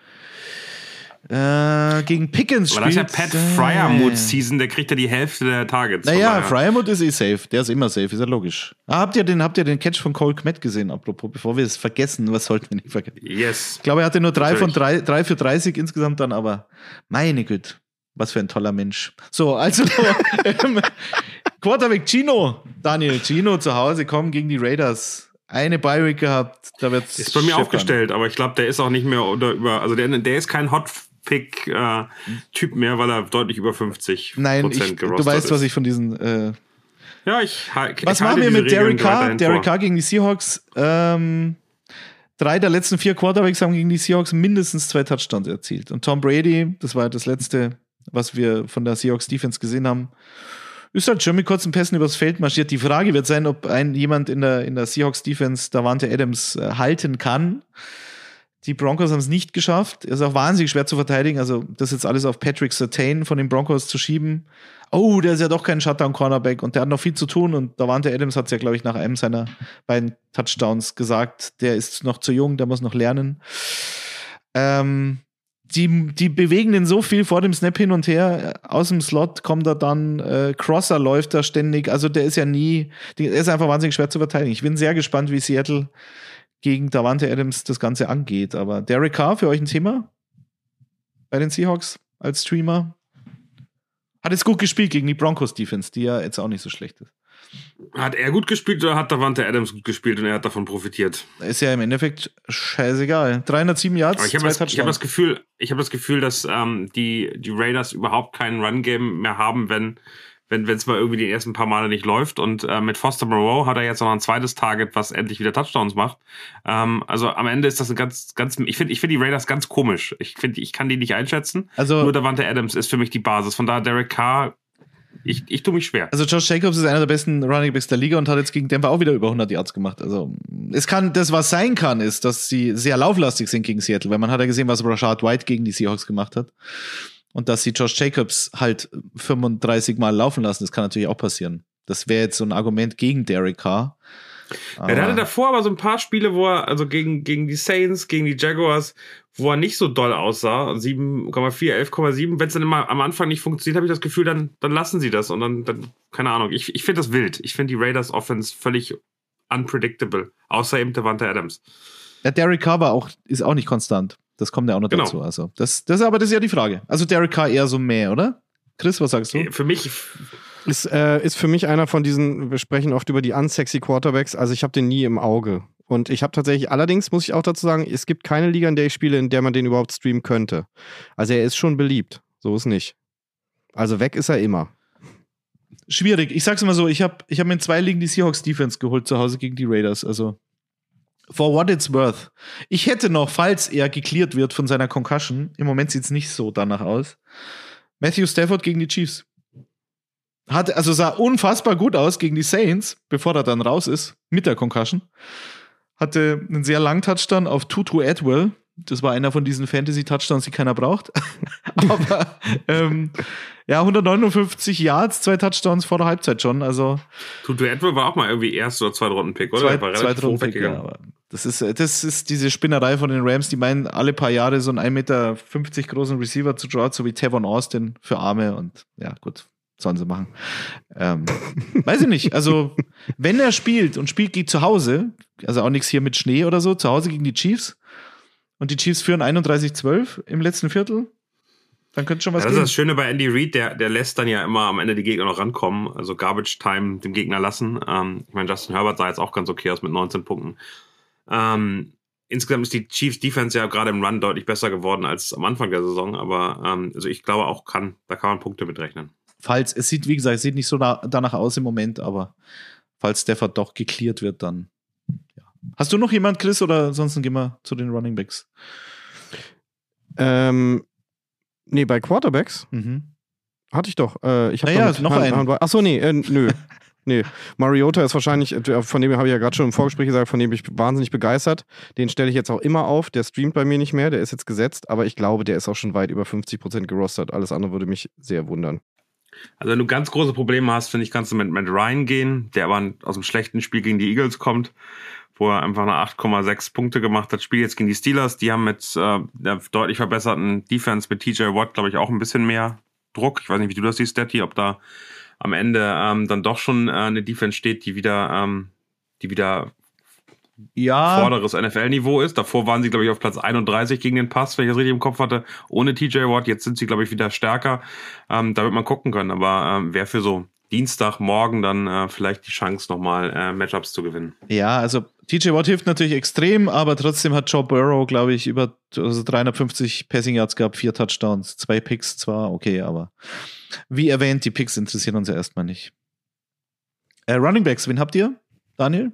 äh, gegen Pickens Aber spielt... Aber das ist ja Pat Fryermuth-Season, der kriegt ja die Hälfte der Targets. Naja, Fryermuth ist eh safe. Der ist immer safe, ist ja logisch. Ah, habt ihr den, habt ihr den Catch von Cole Kmet gesehen, apropos, bevor wir es vergessen, was sollten wir nicht vergessen? Yes. Ich glaube, er hatte nur drei Natürlich. von drei, drei für dreißig insgesamt dann, aber meine Güte, was für ein toller Mensch. So, also ähm, Quarterback Gino, Daniel, Gino zu Hause, kommen gegen die Raiders. eine Bye-Week gehabt, da wird's ist bei mir aufgestellt, aber ich glaube, der ist auch nicht mehr unter über, also der, der ist kein Hot-Pick-Typ äh, mehr, weil er deutlich über fünfzig Prozent Nein, ich, du weißt, ist. was ich von diesen äh, ja, ich, ich Was machen wir mit Derek Carr? Derek Carr gegen die Seahawks. Ähm, drei der letzten vier Quarterbacks haben gegen die Seahawks mindestens zwei Touchdowns erzielt. Und Tom Brady, das war das letzte, was wir von der Seahawks Defense gesehen haben, ist halt schon mit kurzen Pässen übers Feld marschiert. Die Frage wird sein, ob ein jemand in der, in der Seahawks Defense Davante Adams äh, halten kann. Die Broncos haben es nicht geschafft. Er ist auch wahnsinnig schwer zu verteidigen. Also das jetzt alles auf Patrick Surtain von den Broncos zu schieben. Oh, der ist ja doch kein Shutdown-Cornerback und der hat noch viel zu tun. Und Davante Adams hat es ja, glaube ich, nach einem seiner beiden Touchdowns gesagt, der ist noch zu jung, der muss noch lernen. Ähm, die, die bewegen den so viel vor dem Snap hin und her. Aus dem Slot kommt er dann, äh, Crosser läuft da ständig. Also der ist ja nie, der ist einfach wahnsinnig schwer zu verteidigen. Ich bin sehr gespannt, wie Seattle gegen Davante Adams das Ganze angeht. Aber Derek Carr, für euch ein Thema? Bei den Seahawks als Streamer? Hat jetzt gut gespielt gegen die Broncos-Defense, die ja jetzt auch nicht so schlecht ist. Hat er gut gespielt oder hat Davante Adams gut gespielt und er hat davon profitiert? Ist ja im Endeffekt scheißegal. dreihundertsieben Yards, Aber ich habe das, ich hab das Gefühl, ich habe das Gefühl, dass ähm, die, die Raiders überhaupt keinen Run-Game mehr haben, wenn wenn es mal irgendwie die ersten paar Male nicht läuft. Und äh, mit Foster Moreau hat er jetzt noch ein zweites Target, was endlich wieder Touchdowns macht. Ähm, also am Ende ist das ein ganz, ganz, ich finde ich finde die Raiders ganz komisch. Ich finde, ich kann die nicht einschätzen. Also, nur Davante Adams ist für mich die Basis. Von daher Derek Carr, ich, ich tue mich schwer. Also Josh Jacobs ist einer der besten Running Backs der Liga und hat jetzt gegen Denver auch wieder über hundert Yards gemacht. Also es kann, das was sein kann, ist, dass sie sehr lauflastig sind gegen Seattle, weil man hat ja gesehen, was Rashad White gegen die Seahawks gemacht hat. Und dass sie Josh Jacobs halt fünfunddreißig Mal laufen lassen, das kann natürlich auch passieren. Das wäre jetzt so ein Argument gegen Derek Carr. Ja, der hatte davor aber so ein paar Spiele, wo er, also gegen, gegen die Saints, gegen die Jaguars, wo er nicht so doll aussah. sieben Komma vier, elf Komma sieben. Wenn es dann immer am Anfang nicht funktioniert, habe ich das Gefühl, dann, dann lassen sie das. Und dann, dann keine Ahnung. Ich, ich finde das wild. Ich finde die Raiders Offense völlig unpredictable. Außer eben Davante Adams. Ja, Derek Carr war auch, ist auch nicht konstant. Das kommt ja auch noch genau. dazu. Also das, das, aber das ist ja die Frage. Also Derek Carr eher so mehr, oder? Chris, was sagst du? Für mich ist, äh, ist für mich einer von diesen, wir sprechen oft über die unsexy Quarterbacks, also ich habe den nie im Auge. Und ich habe tatsächlich, allerdings muss ich auch dazu sagen, es gibt keine Liga, in der ich spiele, in der man den überhaupt streamen könnte. Also er ist schon beliebt. So ist nicht. Also weg ist er immer. Schwierig. Ich sag's mal so, ich habe ich hab mir in zwei Ligen die Seahawks Defense geholt zu Hause gegen die Raiders. Also for what it's worth. Ich hätte noch, falls er geklärt wird von seiner Concussion, im Moment sieht's nicht so danach aus, Matthew Stafford gegen die Chiefs. Hat, also sah unfassbar gut aus gegen die Saints, bevor er dann raus ist, mit der Concussion. Hatte einen sehr langen Touchdown auf Tutu Atwell. Das war einer von diesen Fantasy-Touchdowns, die keiner braucht. Aber ähm, ja, hundertneunundfünfzig Yards, zwei Touchdowns vor der Halbzeit schon. Also Tutu Atwell war auch mal irgendwie Erst- oder Zweitrunden-Pick, oder? Zwei, Zweitrunden-Pick, ja. Aber das ist, das ist diese Spinnerei von den Rams, die meinen, alle paar Jahre so einen ein Meter fünfzig großen Receiver zu draw, so wie Tavon Austin für Arme. Und ja, gut, sollen sie machen. Ähm, weiß ich nicht. Also, wenn er spielt und spielt gegen zu Hause, also auch nichts hier mit Schnee oder so, zu Hause gegen die Chiefs, und die Chiefs führen einunddreißig zwölf im letzten Viertel, dann könnte schon was ja, das gehen. Das ist das Schöne bei Andy Reid, der, der lässt dann ja immer am Ende die Gegner noch rankommen, also Garbage Time dem Gegner lassen. Ähm, ich meine, Justin Herbert sah jetzt auch ganz okay aus mit neunzehn Punkten. Ähm, insgesamt ist die Chiefs Defense ja gerade im Run deutlich besser geworden als am Anfang der Saison, aber ähm, also ich glaube auch, kann, da kann man Punkte mitrechnen. Falls, es sieht, wie gesagt, es sieht nicht so da, danach aus im Moment, aber falls Stafford doch geklärt wird, dann ja. Hast du noch jemand, Chris, oder ansonsten gehen wir zu den Running Backs? Ähm, nee, bei Quarterbacks mhm. hatte ich doch. Äh, ich habe naja, noch Han, einen. Han, achso, nee, äh, nö. nee. Mariota ist wahrscheinlich, von dem habe ich ja gerade schon im Vorgespräch gesagt, von dem bin ich wahnsinnig begeistert. Den stelle ich jetzt auch immer auf. Der streamt bei mir nicht mehr, der ist jetzt gesetzt, aber ich glaube, der ist auch schon weit über fünfzig Prozent gerostert. Alles andere würde mich sehr wundern. Also wenn du ganz große Probleme hast, finde ich, kannst du mit Matt Ryan gehen, der aber aus einem schlechten Spiel gegen die Eagles kommt, wo er einfach eine acht Komma sechs Punkte gemacht hat. Spiel jetzt gegen die Steelers, die haben mit äh, der deutlich verbesserten Defense mit T J Watt, glaube ich, auch ein bisschen mehr Druck. Ich weiß nicht, wie du das siehst, Detti, ob da am Ende ähm, dann doch schon äh, eine Defense steht, die wieder, ähm, die wieder ja. vorderes N F L-Niveau ist. Davor waren sie, glaube ich, auf Platz einunddreißig gegen den Pass, wenn ich das richtig im Kopf hatte, ohne T J Watt. Jetzt sind sie, glaube ich, wieder stärker. Ähm, da wird man gucken können. Aber ähm, wer für so Dienstagmorgen dann äh, vielleicht die Chance, nochmal äh, Matchups zu gewinnen. Ja, also T J Watt hilft natürlich extrem, aber trotzdem hat Joe Burrow, glaube ich, über also dreihundertfünfzig Passing Yards gehabt, vier Touchdowns, zwei Picks zwar, okay, aber wie erwähnt, die Picks interessieren uns ja erstmal nicht. Äh, Running Backs, wen habt ihr, Daniel?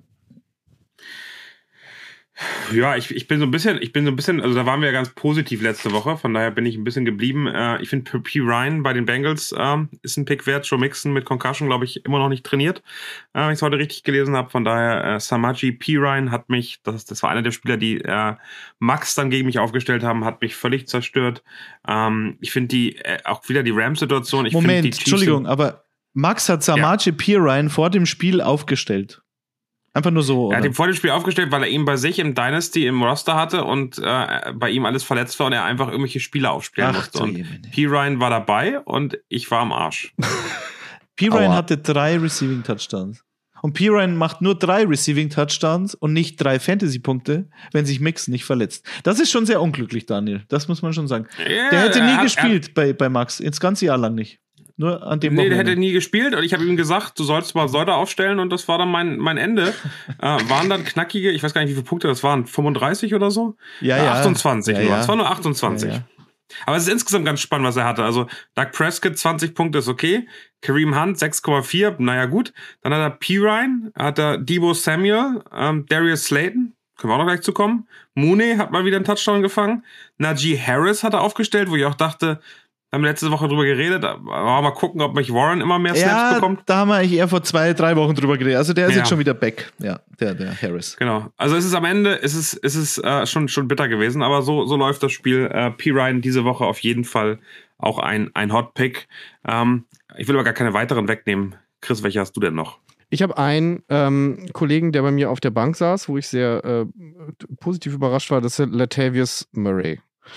Ja, ich, ich bin so ein bisschen, ich bin so ein bisschen, also da waren wir ja ganz positiv letzte Woche, von daher bin ich ein bisschen geblieben. Äh, ich finde P. Ryan bei den Bengals äh, ist ein Pick wert. Joe Mixon mit Concussion, glaube ich, immer noch nicht trainiert, äh, wenn ich es heute richtig gelesen habe. Von daher, äh, Samaje Perine hat mich, das, das war einer der Spieler, die äh, Max dann gegen mich aufgestellt haben, hat mich völlig zerstört. Ähm, ich finde die, äh, auch wieder die Rams-Situation. Ich Moment, die Chiefs Entschuldigung, aber Max hat Samaje ja. Perine vor dem Spiel aufgestellt. Einfach nur so. Er hat oder? ihn vor dem Spiel aufgestellt, weil er ihn bei sich im Dynasty im Roster hatte und äh, bei ihm alles verletzt war und er einfach irgendwelche Spiele aufspielen Ach, musste. Und P. Ryan war dabei und ich war am Arsch. P. Ryan hatte drei Receiving Touchdowns. Und P. Ryan macht nur drei Receiving Touchdowns und nicht drei Fantasy-Punkte, wenn sich Mix nicht verletzt. Das ist schon sehr unglücklich, Daniel. Das muss man schon sagen. Yeah, der hätte nie hat, gespielt er, bei, bei Max. Das ganze Jahr lang nicht. Nur an dem Nee, Wochenende. der hätte nie gespielt und ich habe ihm gesagt, du sollst mal Säuder aufstellen und das war dann mein, mein Ende. äh, waren dann knackige, ich weiß gar nicht, wie viele Punkte das waren, fünfunddreißig oder so? Ja, äh, ja. achtundzwanzig ja, nur, ja. es war nur achtundzwanzig. Ja, ja. Aber es ist insgesamt ganz spannend, was er hatte. Also Doug Prescott, zwanzig Punkte ist okay. Kareem Hunt, sechs Komma vier, naja gut. Dann hat er P. Ryan, hat er Deebo Samuel, ähm, Darius Slayton, können wir auch noch gleich zu kommen. Mooney hat mal wieder einen Touchdown gefangen. Najee Harris hat er aufgestellt, wo ich auch dachte, haben wir letzte Woche drüber geredet, aber mal gucken, ob mich Warren immer mehr Snaps ja, bekommt. Da haben wir eigentlich eher vor zwei, drei Wochen drüber geredet. Also der ist ja. jetzt schon wieder back. Ja, der, der Harris. Genau. Also es ist am Ende, es ist, es ist äh, schon, schon bitter gewesen, aber so, so läuft das Spiel. Äh, P. Ryan diese Woche auf jeden Fall auch ein, ein Hot Pick. Ähm, ich will aber gar keine weiteren wegnehmen. Chris, welche hast du denn noch? Ich habe einen ähm, Kollegen, der bei mir auf der Bank saß, wo ich sehr äh, positiv überrascht war, das ist Latavius Murray.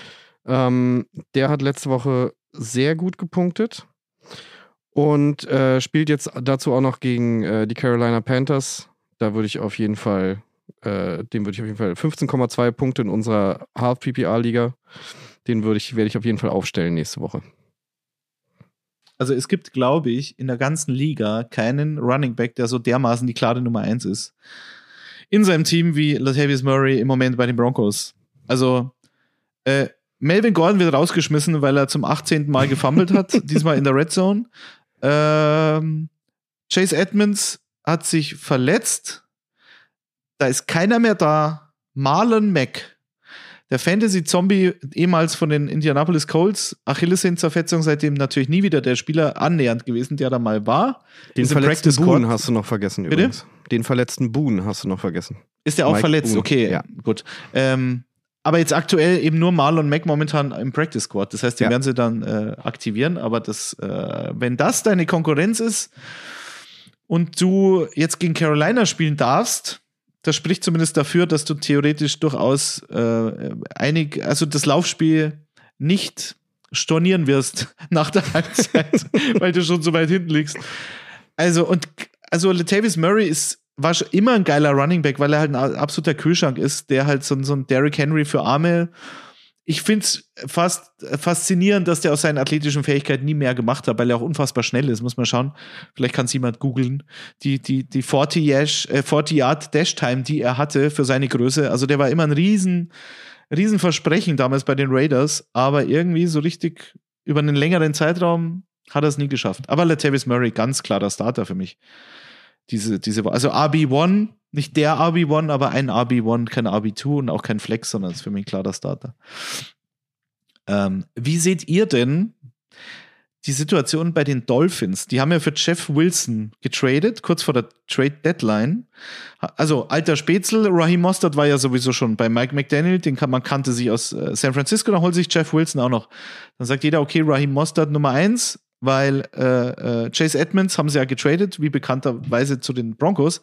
Ähm, der hat letzte Woche sehr gut gepunktet und äh, spielt jetzt dazu auch noch gegen äh, die Carolina Panthers. Da würde ich auf jeden Fall, äh, dem würde ich auf jeden Fall fünfzehn Komma zwei Punkte in unserer Half-P P R-Liga, den würde ich, werde ich auf jeden Fall aufstellen nächste Woche. Also es gibt, glaube ich, in der ganzen Liga keinen Running Back, der so dermaßen die klare Nummer eins ist. In seinem Team wie Latavius Murray im Moment bei den Broncos. Also, äh, Melvin Gordon wird rausgeschmissen, weil er zum achtzehnten Mal gefummelt hat, diesmal in der Red Zone. Ähm, Chase Edmonds hat sich verletzt. Da ist keiner mehr da. Marlon Mack, der Fantasy-Zombie, ehemals von den Indianapolis Colts, Achillessehnenzerfetzung, seitdem natürlich nie wieder der Spieler annähernd gewesen, der da mal war. Den Ist verletzten Boone hast du noch vergessen Bitte? übrigens. Den verletzten Boone hast du noch vergessen. Ist der auch Mike verletzt? Boone. Okay, Ja. gut. Ähm, aber jetzt aktuell eben nur Marlon Mack momentan im Practice Squad. Das heißt, den Ja. werden sie dann äh, aktivieren. Aber das, äh, wenn das deine Konkurrenz ist und du jetzt gegen Carolina spielen darfst, das spricht zumindest dafür, dass du theoretisch durchaus äh, einig, also das Laufspiel nicht stornieren wirst nach der Halbzeit, weil du schon so weit hinten liegst. Also, und also Latavius Murray ist war schon immer ein geiler Running Back, weil er halt ein absoluter Kühlschrank ist, der halt so, so ein Derrick Henry für Arme. Ich finde es fast faszinierend, dass der aus seinen athletischen Fähigkeiten nie mehr gemacht hat, weil er auch unfassbar schnell ist. Muss man schauen. Vielleicht kann es jemand googeln. Die, die, die vierzig-Yard-Dash-Time, die er hatte für seine Größe. Also der war immer ein riesen, riesen Versprechen damals bei den Raiders, aber irgendwie so richtig über einen längeren Zeitraum hat er es nie geschafft. Aber Latavius Murray, ganz klarer Starter für mich. Diese, diese, also R B eins, nicht der R B eins, aber ein R B eins, kein R B zwei und auch kein Flex, sondern ist für mich ein klarer Starter. Ähm, wie seht ihr denn die Situation bei den Dolphins? Die haben ja für Jeff Wilson getradet, kurz vor der Trade-Deadline. Also alter Spätzl, Raheem Mostert war ja sowieso schon bei Mike McDaniel, den kann, man kannte sich aus äh, San Francisco, dann holt sich Jeff Wilson auch noch. Dann sagt jeder, okay, Raheem Mostert Nummer eins, weil äh, äh, Chase Edmonds haben sie ja getradet, wie bekannterweise zu den Broncos.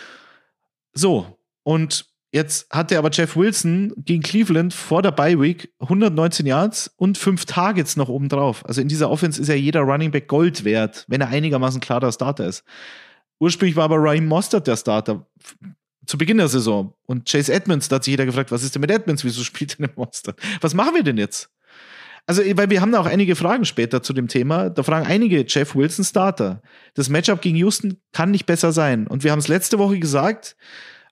So, und jetzt hatte aber Jeff Wilson gegen Cleveland vor der Bye-Week hundertneunzehn Yards und fünf Targets noch oben drauf. Also in dieser Offense ist ja jeder Running Back Gold wert, wenn er einigermaßen klarer Starter ist. Ursprünglich war aber Raheem Mostert der Starter zu Beginn der Saison. Und Chase Edmonds, da hat sich jeder gefragt, was ist denn mit Edmonds? Wieso spielt denn der Mostert? Was machen wir denn jetzt? Also, weil wir haben da auch einige Fragen später zu dem Thema. Da fragen einige, Jeff Wilson Starter. Das Matchup gegen Houston kann nicht besser sein. Und wir haben es letzte Woche gesagt,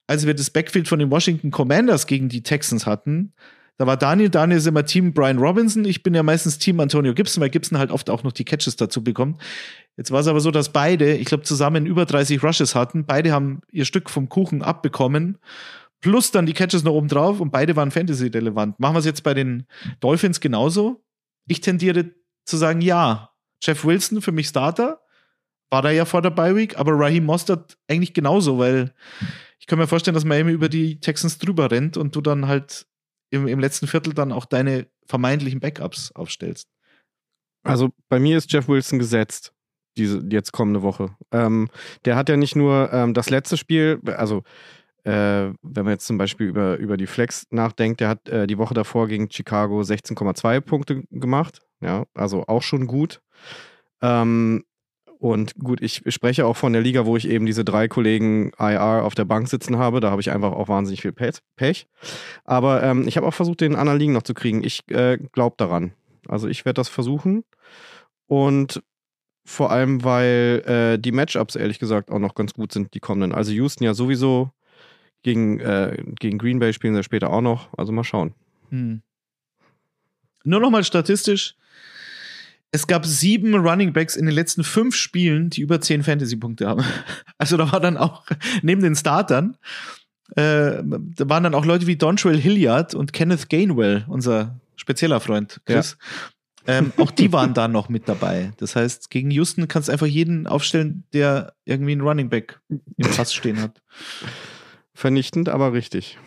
als wir das Backfield von den Washington Commanders gegen die Texans hatten, da war Daniel, Daniel ist immer Team Brian Robinson, ich bin ja meistens Team Antonio Gibson, weil Gibson halt oft auch noch die Catches dazu bekommt. Jetzt war es aber so, dass beide, ich glaube zusammen über dreißig Rushes hatten, beide haben ihr Stück vom Kuchen abbekommen, plus dann die Catches noch oben drauf und beide waren Fantasy-relevant. Machen wir es jetzt bei den Dolphins genauso? Ich tendiere zu sagen, ja, Jeff Wilson für mich Starter, war da ja vor der Bye-Week, aber Raheem Mostert eigentlich genauso, weil ich kann mir vorstellen, dass Miami über die Texans drüber rennt und du dann halt im, im letzten Viertel dann auch deine vermeintlichen Backups aufstellst. Also bei mir ist Jeff Wilson gesetzt, diese jetzt kommende Woche. Ähm, der hat ja nicht nur ähm, das letzte Spiel, also äh, wenn man jetzt zum Beispiel über, über die Flex nachdenkt, der hat äh, die Woche davor gegen Chicago sechzehn Komma zwei Punkte gemacht, ja, also auch schon gut. Ähm, Und gut, ich spreche auch von der Liga, wo ich eben diese drei Kollegen I R auf der Bank sitzen habe. Da habe ich einfach auch wahnsinnig viel Pech. Aber ähm, ich habe auch versucht, den anderen Ligen noch zu kriegen. Ich äh, glaube daran. Also ich werde das versuchen. Und vor allem, weil äh, die Matchups, ehrlich gesagt, auch noch ganz gut sind, die kommenden. Also Houston ja sowieso, gegen, äh, gegen Green Bay spielen sie später auch noch. Also mal schauen. Hm. Nur noch mal statistisch. Es gab sieben Running Backs in den letzten fünf Spielen, die über zehn Fantasy-Punkte haben. Also da war dann auch, neben den Startern, äh, da waren dann auch Leute wie Dontrell Hilliard und Kenneth Gainwell, unser spezieller Freund Chris. Ja. Ähm, auch die waren da noch mit dabei. Das heißt, gegen Houston kannst du einfach jeden aufstellen, der irgendwie einen Running Back im Pass stehen hat. Vernichtend, aber richtig.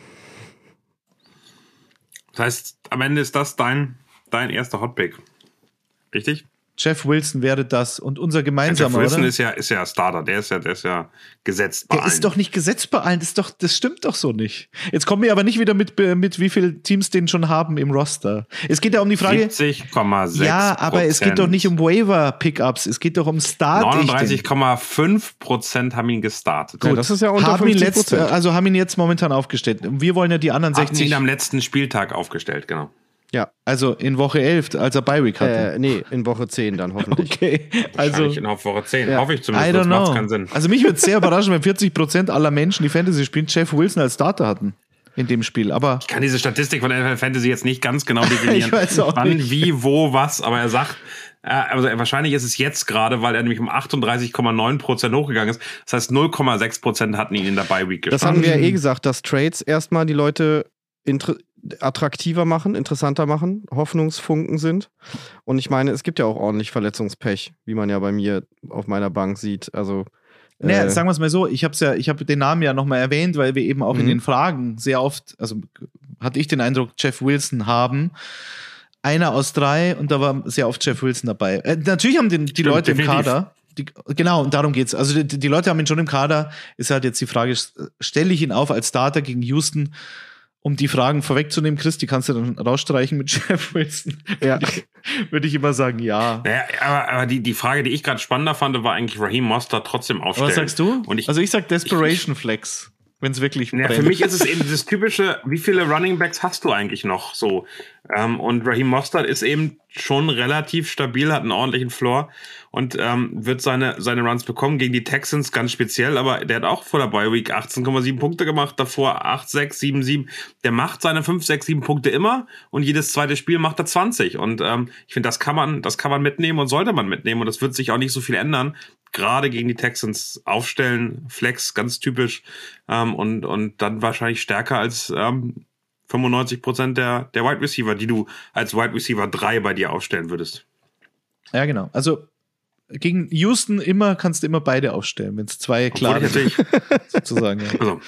Das heißt, am Ende ist das dein, dein erster Hotpick. Richtig? Jeff Wilson wäre das und unser gemeinsamer, Jeff Wilson oder? ist ja, ist ja Starter, der ist ja, der ist ja gesetzt bei Der allen. ist doch nicht gesetzt bei allen, das, ist doch, das stimmt doch so nicht. Jetzt kommen wir aber nicht wieder mit, mit wie viele Teams den schon haben im Roster. Es geht ja um die Frage... siebzig Komma sechs Ja, aber es geht doch nicht um Waiver-Pickups, es geht doch um Start. neununddreißig Komma fünf Prozent haben ihn gestartet. Gut, ja, das ist ja unter haben ihn fünfzig Prozent. letzt, Also haben ihn jetzt momentan aufgestellt. Wir wollen ja die anderen Haben sechzig... ihn am letzten Spieltag aufgestellt, genau. Ja. Also in Woche elf, als er Bye-Week hatte. Äh, nee, in Woche zehn dann hoffentlich. Okay, also... Wahrscheinlich in Woche zehn, ja. hoffe ich zumindest, I don't das macht know. keinen Sinn. Also mich würde es sehr überraschen, wenn vierzig Prozent aller Menschen, die Fantasy spielen, Jeff Wilson als Starter hatten in dem Spiel. Aber Ich kann diese Statistik von N F L Fantasy jetzt nicht ganz genau definieren. Ich weiß auch Wann, nicht. wie, wo, was, aber er sagt, äh, also wahrscheinlich ist es jetzt gerade, weil er nämlich um achtunddreißig Komma neun Prozent hochgegangen ist. Das heißt, null Komma sechs Prozent hatten ihn in der Bye-Week Das gestartet. haben wir ja eh gesagt, dass Trades erstmal die Leute inter- attraktiver machen, interessanter machen, Hoffnungsfunken sind. Und ich meine, es gibt ja auch ordentlich Verletzungspech, wie man ja bei mir auf meiner Bank sieht. Also naja, äh, sagen wir es mal so, ich habe ja, ich habe den Namen ja nochmal erwähnt, weil wir eben auch Mhm. in den Fragen sehr oft, also hatte ich den Eindruck, Jeff Wilson haben. Einer aus drei und da war sehr oft Jeff Wilson dabei. Äh, natürlich haben den, die Stimmt, Leute definitiv. im Kader, die, genau, und darum geht's. Also die, die Leute haben ihn schon im Kader. Ist halt jetzt die Frage, stelle ich ihn auf als Starter gegen Houston, um die Fragen vorwegzunehmen, Chris, die kannst du dann rausstreichen mit Jeff Wilson. Ja. Würde ich immer sagen, ja. Naja, aber, aber die, die Frage, die ich gerade spannender fand, war eigentlich Raheem Mostert trotzdem aufstellen. Was sagst du? Und ich, also ich sag Desperation Flex, wenn es wirklich Ja, für mich ist es eben dieses typische, wie viele Running Backs hast du eigentlich noch so? Ähm, und Raheem Mostert ist eben schon relativ stabil, hat einen ordentlichen Floor und ähm, wird seine seine Runs bekommen gegen die Texans ganz speziell, aber der hat auch vor der Bye Week achtzehn Komma sieben Punkte gemacht, davor acht, sechs, sieben, sieben. Der macht seine fünf, sechs, sieben Punkte immer und jedes zweite Spiel macht er zwanzig und ähm, ich finde, das kann man das kann man mitnehmen und sollte man mitnehmen und das wird sich auch nicht so viel ändern. Gerade gegen die Texans aufstellen, Flex, ganz typisch, ähm, und, und dann wahrscheinlich stärker als ähm, fünfundneunzig Prozent der, der Wide Receiver, die du als Wide Receiver drei bei dir aufstellen würdest. Ja, genau. Also gegen Houston immer kannst du immer beide aufstellen, wenn es zwei klar Obwohl ich sind, natürlich, sozusagen. Ja. also,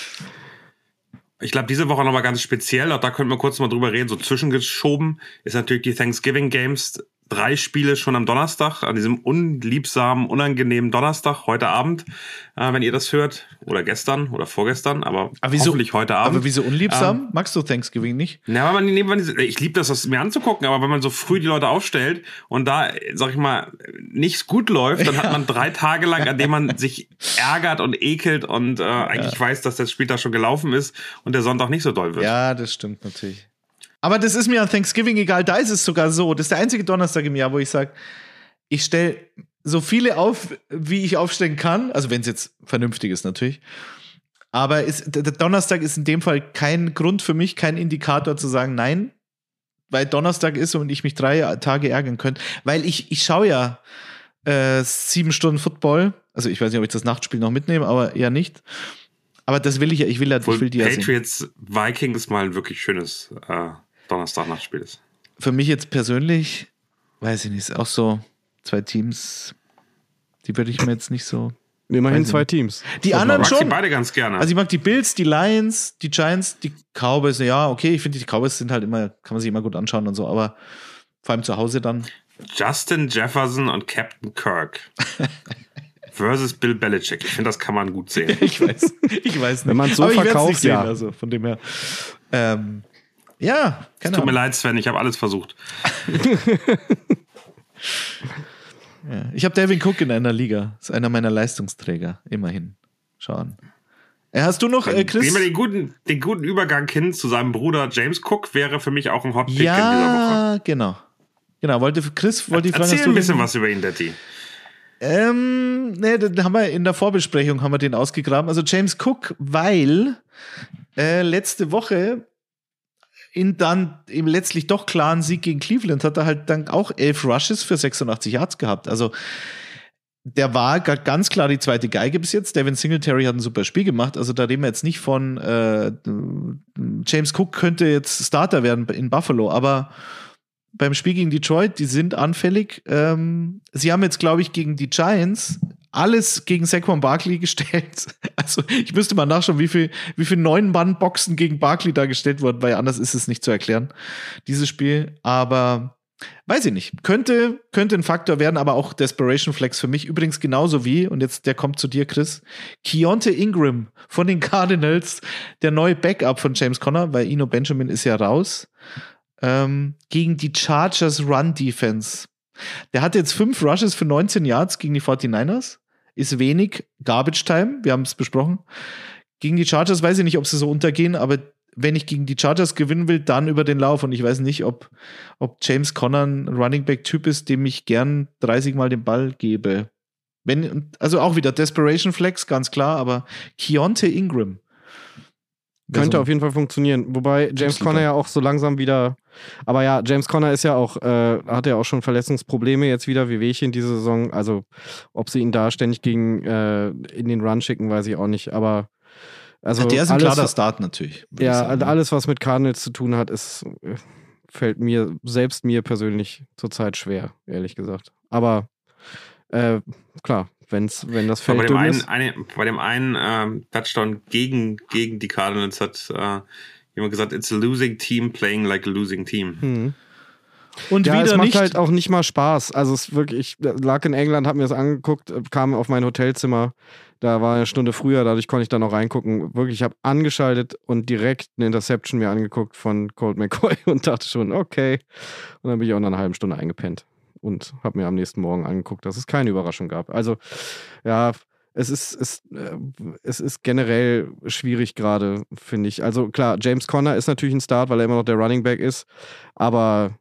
ich glaube, diese Woche nochmal ganz speziell, auch da können wir kurz mal drüber reden, so zwischengeschoben, ist natürlich die Thanksgiving Games. Drei Spiele schon am Donnerstag, an diesem unliebsamen, unangenehmen Donnerstag, heute Abend, äh, wenn ihr das hört, oder gestern oder vorgestern, aber, Aber wieso, hoffentlich heute Abend. aber wieso unliebsam? Ähm, Magst du Thanksgiving nicht? Ja, aber man, nee, man, ich liebe das, das mir anzugucken, aber wenn man so früh die Leute aufstellt und da, sag ich mal, nichts gut läuft, dann hat man drei Tage lang, an denen man sich ärgert und ekelt und äh, eigentlich ja. weiß, dass der Spieltag schon gelaufen ist und der Sonntag nicht so doll wird. Ja, das stimmt natürlich. Aber das ist mir an Thanksgiving egal, da ist es sogar so. Das ist der einzige Donnerstag im Jahr, wo ich sage, ich stelle so viele auf, wie ich aufstellen kann, also wenn es jetzt vernünftig ist natürlich, Aber ist, der Donnerstag ist in dem Fall kein Grund für mich, kein Indikator zu sagen, nein, weil Donnerstag ist und ich mich drei Tage ärgern könnte. Weil ich, ich schaue ja äh, sieben Stunden Football. Also ich weiß nicht, ob ich das Nachtspiel noch mitnehme, aber eher nicht. Aber das will ich ja, ich will ja, ich will die ja sehen. Patriots Vikings mal ein wirklich schönes äh, Donnerstag-Nachtspiel ist. Für mich jetzt persönlich, weiß ich nicht, ist auch so zwei Teams, die würde ich mir jetzt nicht so... Immerhin zwei Teams. Die so, anderen schon. Ich mag die beide ganz gerne. Also ich mag die Bills, die Lions, die Giants, die Cowboys. Ja, okay, ich finde, die Cowboys sind halt immer, kann man sich immer gut anschauen und so, aber vor allem zu Hause dann. Justin Jefferson und Captain Kirk versus Bill Belichick. Ich finde, das kann man gut sehen. ich weiß, ich weiß nicht. Wenn man es so aber verkauft, nicht sehen, ja. Also von dem her. Ähm, ja, keine Tut mir Ahnung. leid, Sven, ich habe alles versucht. Ja. Ich habe Dalvin Cook in einer Liga. Das ist einer meiner Leistungsträger. Immerhin. Schauen. Äh, hast du noch, äh, Chris? Nehmen wir den guten, den guten Übergang hin zu seinem Bruder James Cook, wäre für mich auch ein Hot Pick ja, in dieser Woche. Ja, genau. Genau, wollte Chris, wollte ich fragen, Erzähl hast du ein bisschen den? was über ihn, Daddy. Ähm, ne, da haben wir in der Vorbesprechung haben wir den ausgegraben. Also James Cook, weil äh, letzte Woche in dann im letztlich doch klaren Sieg gegen Cleveland hat er halt dann auch elf Rushes für sechsundachtzig Yards gehabt. Also der war ganz klar die zweite Geige bis jetzt. Devin Singletary hat ein super Spiel gemacht. Also da reden wir jetzt nicht von äh, James Cook könnte jetzt Starter werden in Buffalo, aber beim Spiel gegen Detroit, die sind anfällig. Ähm, sie haben jetzt, glaube ich, gegen die Giants alles gegen Saquon Barkley gestellt. Also ich müsste mal nachschauen, wie viel, wie viel Neun-Mann-Boxen gegen Barkley da gestellt wurden, weil anders ist es nicht zu erklären, dieses Spiel. Aber weiß ich nicht. Könnte, könnte ein Faktor werden, aber auch Desperation Flex für mich. Übrigens genauso wie, und jetzt der kommt zu dir, Chris, Keontae Ingram von den Cardinals, der neue Backup von James Conner, weil Eno Benjamin ist ja raus, ähm, gegen die Chargers Run Defense. Der hat jetzt fünf Rushes für neunzehn Yards gegen die forty-niners. Ist wenig Garbage Time, wir haben es besprochen. Gegen die Chargers weiß ich nicht, ob sie so untergehen, aber wenn ich gegen die Chargers gewinnen will, dann über den Lauf. Und ich weiß nicht, ob, ob James Conner ein Running Back-Typ ist, dem ich gern dreißig Mal den Ball gebe. Wenn, also auch wieder Desperation Flex, ganz klar, aber Keontae Ingram. Könnte auf jeden Fall funktionieren. Wobei James Conner ja auch so langsam wieder. Aber ja, James Conner ist ja auch, äh, hat ja auch schon Verletzungsprobleme jetzt wieder, wie Wehchen diese Saison. Also, ob sie ihn da ständig gegen äh, in den Run schicken, weiß ich auch nicht. Aber also ja, der ist ein alles, klarer Start natürlich. Ja, alles, was mit Cardinals zu tun hat, ist, fällt mir, selbst mir persönlich zurzeit schwer, ehrlich gesagt. Aber äh, klar. Wenn's, wenn das Feld bei dem dünn einen, ist. eine, bei dem einen ähm, Touchdown gegen, gegen die Cardinals hat äh, jemand gesagt, it's a losing team playing like a losing team. Hm. Und ja, wieder es macht nicht halt auch nicht mal Spaß. Also es ist wirklich, ich lag in England, hab mir das angeguckt, kam auf mein Hotelzimmer, da war eine Stunde früher, dadurch konnte ich da noch reingucken. Wirklich, ich habe angeschaltet und direkt eine Interception mir angeguckt von Colt McCoy und dachte schon, okay. Und dann bin ich auch nach einer halben Stunde eingepennt. Und habe mir am nächsten Morgen angeguckt, dass es keine Überraschung gab. Also, ja, es ist, es, äh, es ist generell schwierig gerade, finde ich. Also, klar, James Conner ist natürlich ein Start, weil er immer noch der Running Back ist. Aber,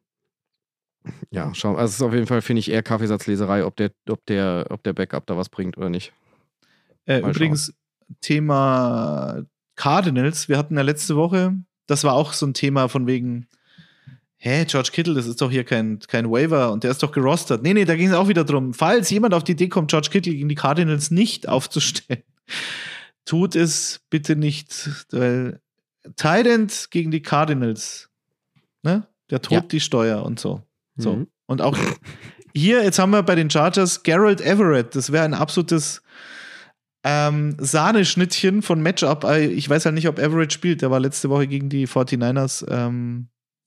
ja, schau, also es ist auf jeden Fall, finde ich, eher Kaffeesatzleserei, ob der, ob, der, ob der Backup da was bringt oder nicht. Äh, übrigens, schauen. Thema Cardinals. Wir hatten ja letzte Woche, das war auch so ein Thema von wegen hä, George Kittle, das ist doch hier kein, kein Waiver und der ist doch gerostert. Nee, nee, da ging es auch wieder drum. Falls jemand auf die Idee kommt, George Kittle gegen die Cardinals nicht aufzustellen, tut es bitte nicht, weil Tight End gegen die Cardinals, ne? Der tobt ja. die Steuer und so. so. Mhm. Und auch hier, jetzt haben wir bei den Chargers Gerald Everett, das wäre ein absolutes ähm, Sahneschnittchen von Matchup. Ich weiß halt nicht, ob Everett spielt, der war letzte Woche gegen die forty-niners ähm,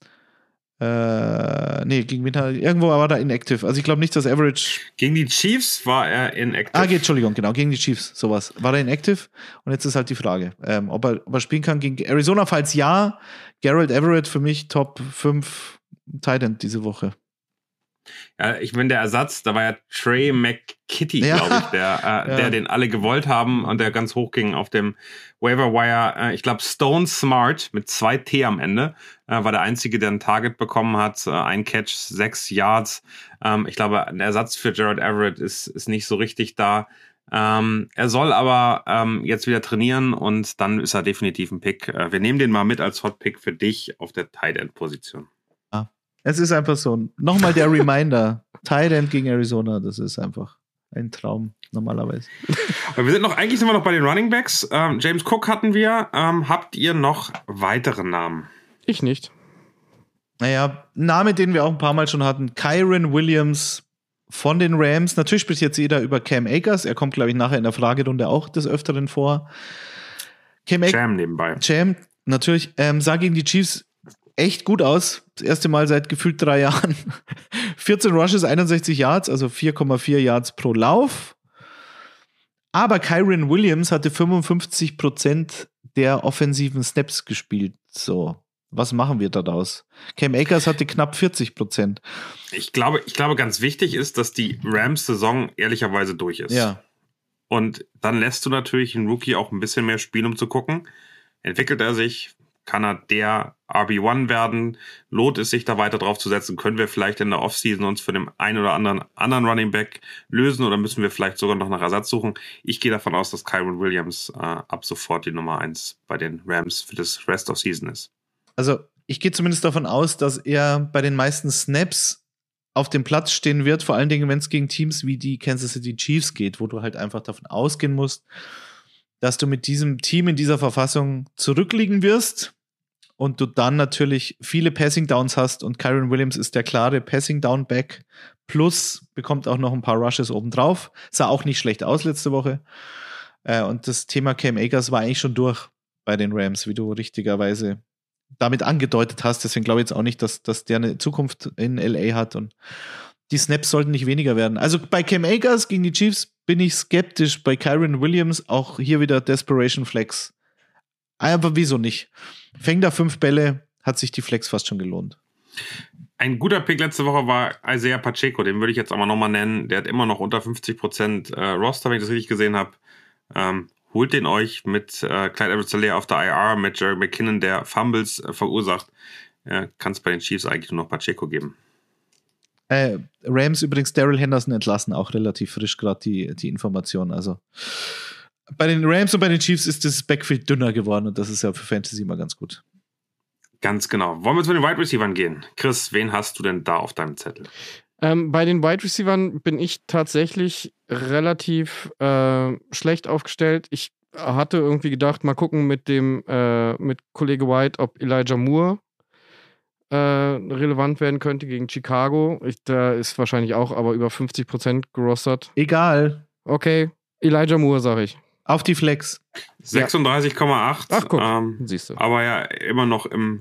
Äh, nee, gegen wen hat er, irgendwo war er inactive. Also ich glaube nicht, dass Average. Gegen die Chiefs war er inactive. Ah, geht, Entschuldigung, genau, gegen die Chiefs, sowas. War er inactive? Und jetzt ist halt die Frage, ähm, ob, er, ob er spielen kann gegen Arizona. Falls ja, Gerald Everett für mich Top fünf Tight End diese Woche. Ja, ich bin der Ersatz, da war ja Trey McKitty, ja. glaube ich, der, äh, ja. der den alle gewollt haben und der ganz hoch ging auf dem Waiver Wire. Äh, ich glaube, Stone Smart mit zwei T am Ende äh, war der Einzige, der ein Target bekommen hat. Äh, ein Catch, sechs Yards. Ähm, ich glaube, ein Ersatz für Gerald Everett ist, ist nicht so richtig da. Ähm, er soll aber ähm, jetzt wieder trainieren und dann ist er definitiv ein Pick. Äh, wir nehmen den mal mit als Hot-Pick für dich auf der Tight-End-Position. Ah, es ist einfach so. Nochmal der Reminder. Tight End gegen Arizona, das ist einfach ein Traum normalerweise. Wir sind noch, eigentlich sind wir noch bei den Running Backs. Ähm, James Cook hatten wir. Ähm, habt ihr noch weitere Namen? Ich nicht. Naja, ein Name, den wir auch ein paar Mal schon hatten, Kyren Williams von den Rams. Natürlich spricht jetzt jeder über Cam Akers. Er kommt, glaube ich, nachher in der Fragerunde auch des Öfteren vor. Cam Ak- Jam nebenbei. Jam, natürlich. Ähm, sah gegen die Chiefs echt gut aus. Das erste Mal seit gefühlt drei Jahren. vierzehn Rushes, einundsechzig Yards, also vier Komma vier Yards pro Lauf. Aber Kyren Williams hatte fünfundfünfzig Prozent der offensiven Snaps gespielt. So, was machen wir daraus? Cam Akers hatte knapp vierzig Prozent. Ich glaube, ich glaube, ganz wichtig ist, dass die Rams-Saison ehrlicherweise durch ist. Ja. Und dann lässt du natürlich einen Rookie auch ein bisschen mehr spielen, um zu gucken. Entwickelt er sich? Kann er der R B eins werden? Lohnt es sich, da weiter drauf zu setzen? Können wir vielleicht in der Offseason uns für den einen oder anderen anderen Running Back lösen oder müssen wir vielleicht sogar noch nach Ersatz suchen? Ich gehe davon aus, dass Kyren Williams äh, ab sofort die Nummer eins bei den Rams für das Rest of Season ist. Also ich gehe zumindest davon aus, dass er bei den meisten Snaps auf dem Platz stehen wird, vor allen Dingen, wenn es gegen Teams wie die Kansas City Chiefs geht, wo du halt einfach davon ausgehen musst, dass du mit diesem Team in dieser Verfassung zurückliegen wirst und du dann natürlich viele Passing Downs hast und Kyren Williams ist der klare Passing Down Back plus bekommt auch noch ein paar Rushes obendrauf. Sah auch nicht schlecht aus letzte Woche. Äh, und das Thema Cam Akers war eigentlich schon durch bei den Rams, wie du richtigerweise damit angedeutet hast. Deswegen glaube ich jetzt auch nicht, dass, dass der eine Zukunft in L A hat und die Snaps sollten nicht weniger werden. Also bei Cam Akers gegen die Chiefs bin ich skeptisch. Bei Kyren Williams auch hier wieder Desperation Flex. Aber wieso nicht? Fängt da fünf Bälle, hat sich die Flex fast schon gelohnt. Ein guter Pick letzte Woche war Isaiah Pacheco, den würde ich jetzt aber nochmal nennen. Der hat immer noch unter fünfzig Prozent äh, Roster, wenn ich das richtig gesehen habe. Ähm, holt den euch mit äh, Clyde Edwards-Helaire auf der I R, mit Jerry McKinnon, der Fumbles äh, verursacht. Äh, Kann es bei den Chiefs eigentlich nur noch Pacheco geben. Äh, Rams übrigens Daryl Henderson entlassen, auch relativ frisch gerade die, die Information. Also bei den Rams und bei den Chiefs ist das Backfield dünner geworden und das ist ja für Fantasy immer ganz gut. Ganz genau. Wollen wir zu den Wide Receivers gehen? Chris, wen hast du denn da auf deinem Zettel? Ähm, bei den Wide Receivers bin ich tatsächlich relativ äh, schlecht aufgestellt. Ich hatte irgendwie gedacht, mal gucken mit dem äh, mit Kollege White, ob Elijah Moore äh, relevant werden könnte gegen Chicago. Ich, da ist wahrscheinlich auch aber über fünfzig Prozent gerostert. Egal. Okay, Elijah Moore, sage ich. Auf die Flex. sechsunddreißig Komma acht. Ach guck, ähm, siehst du. Aber ja immer noch im,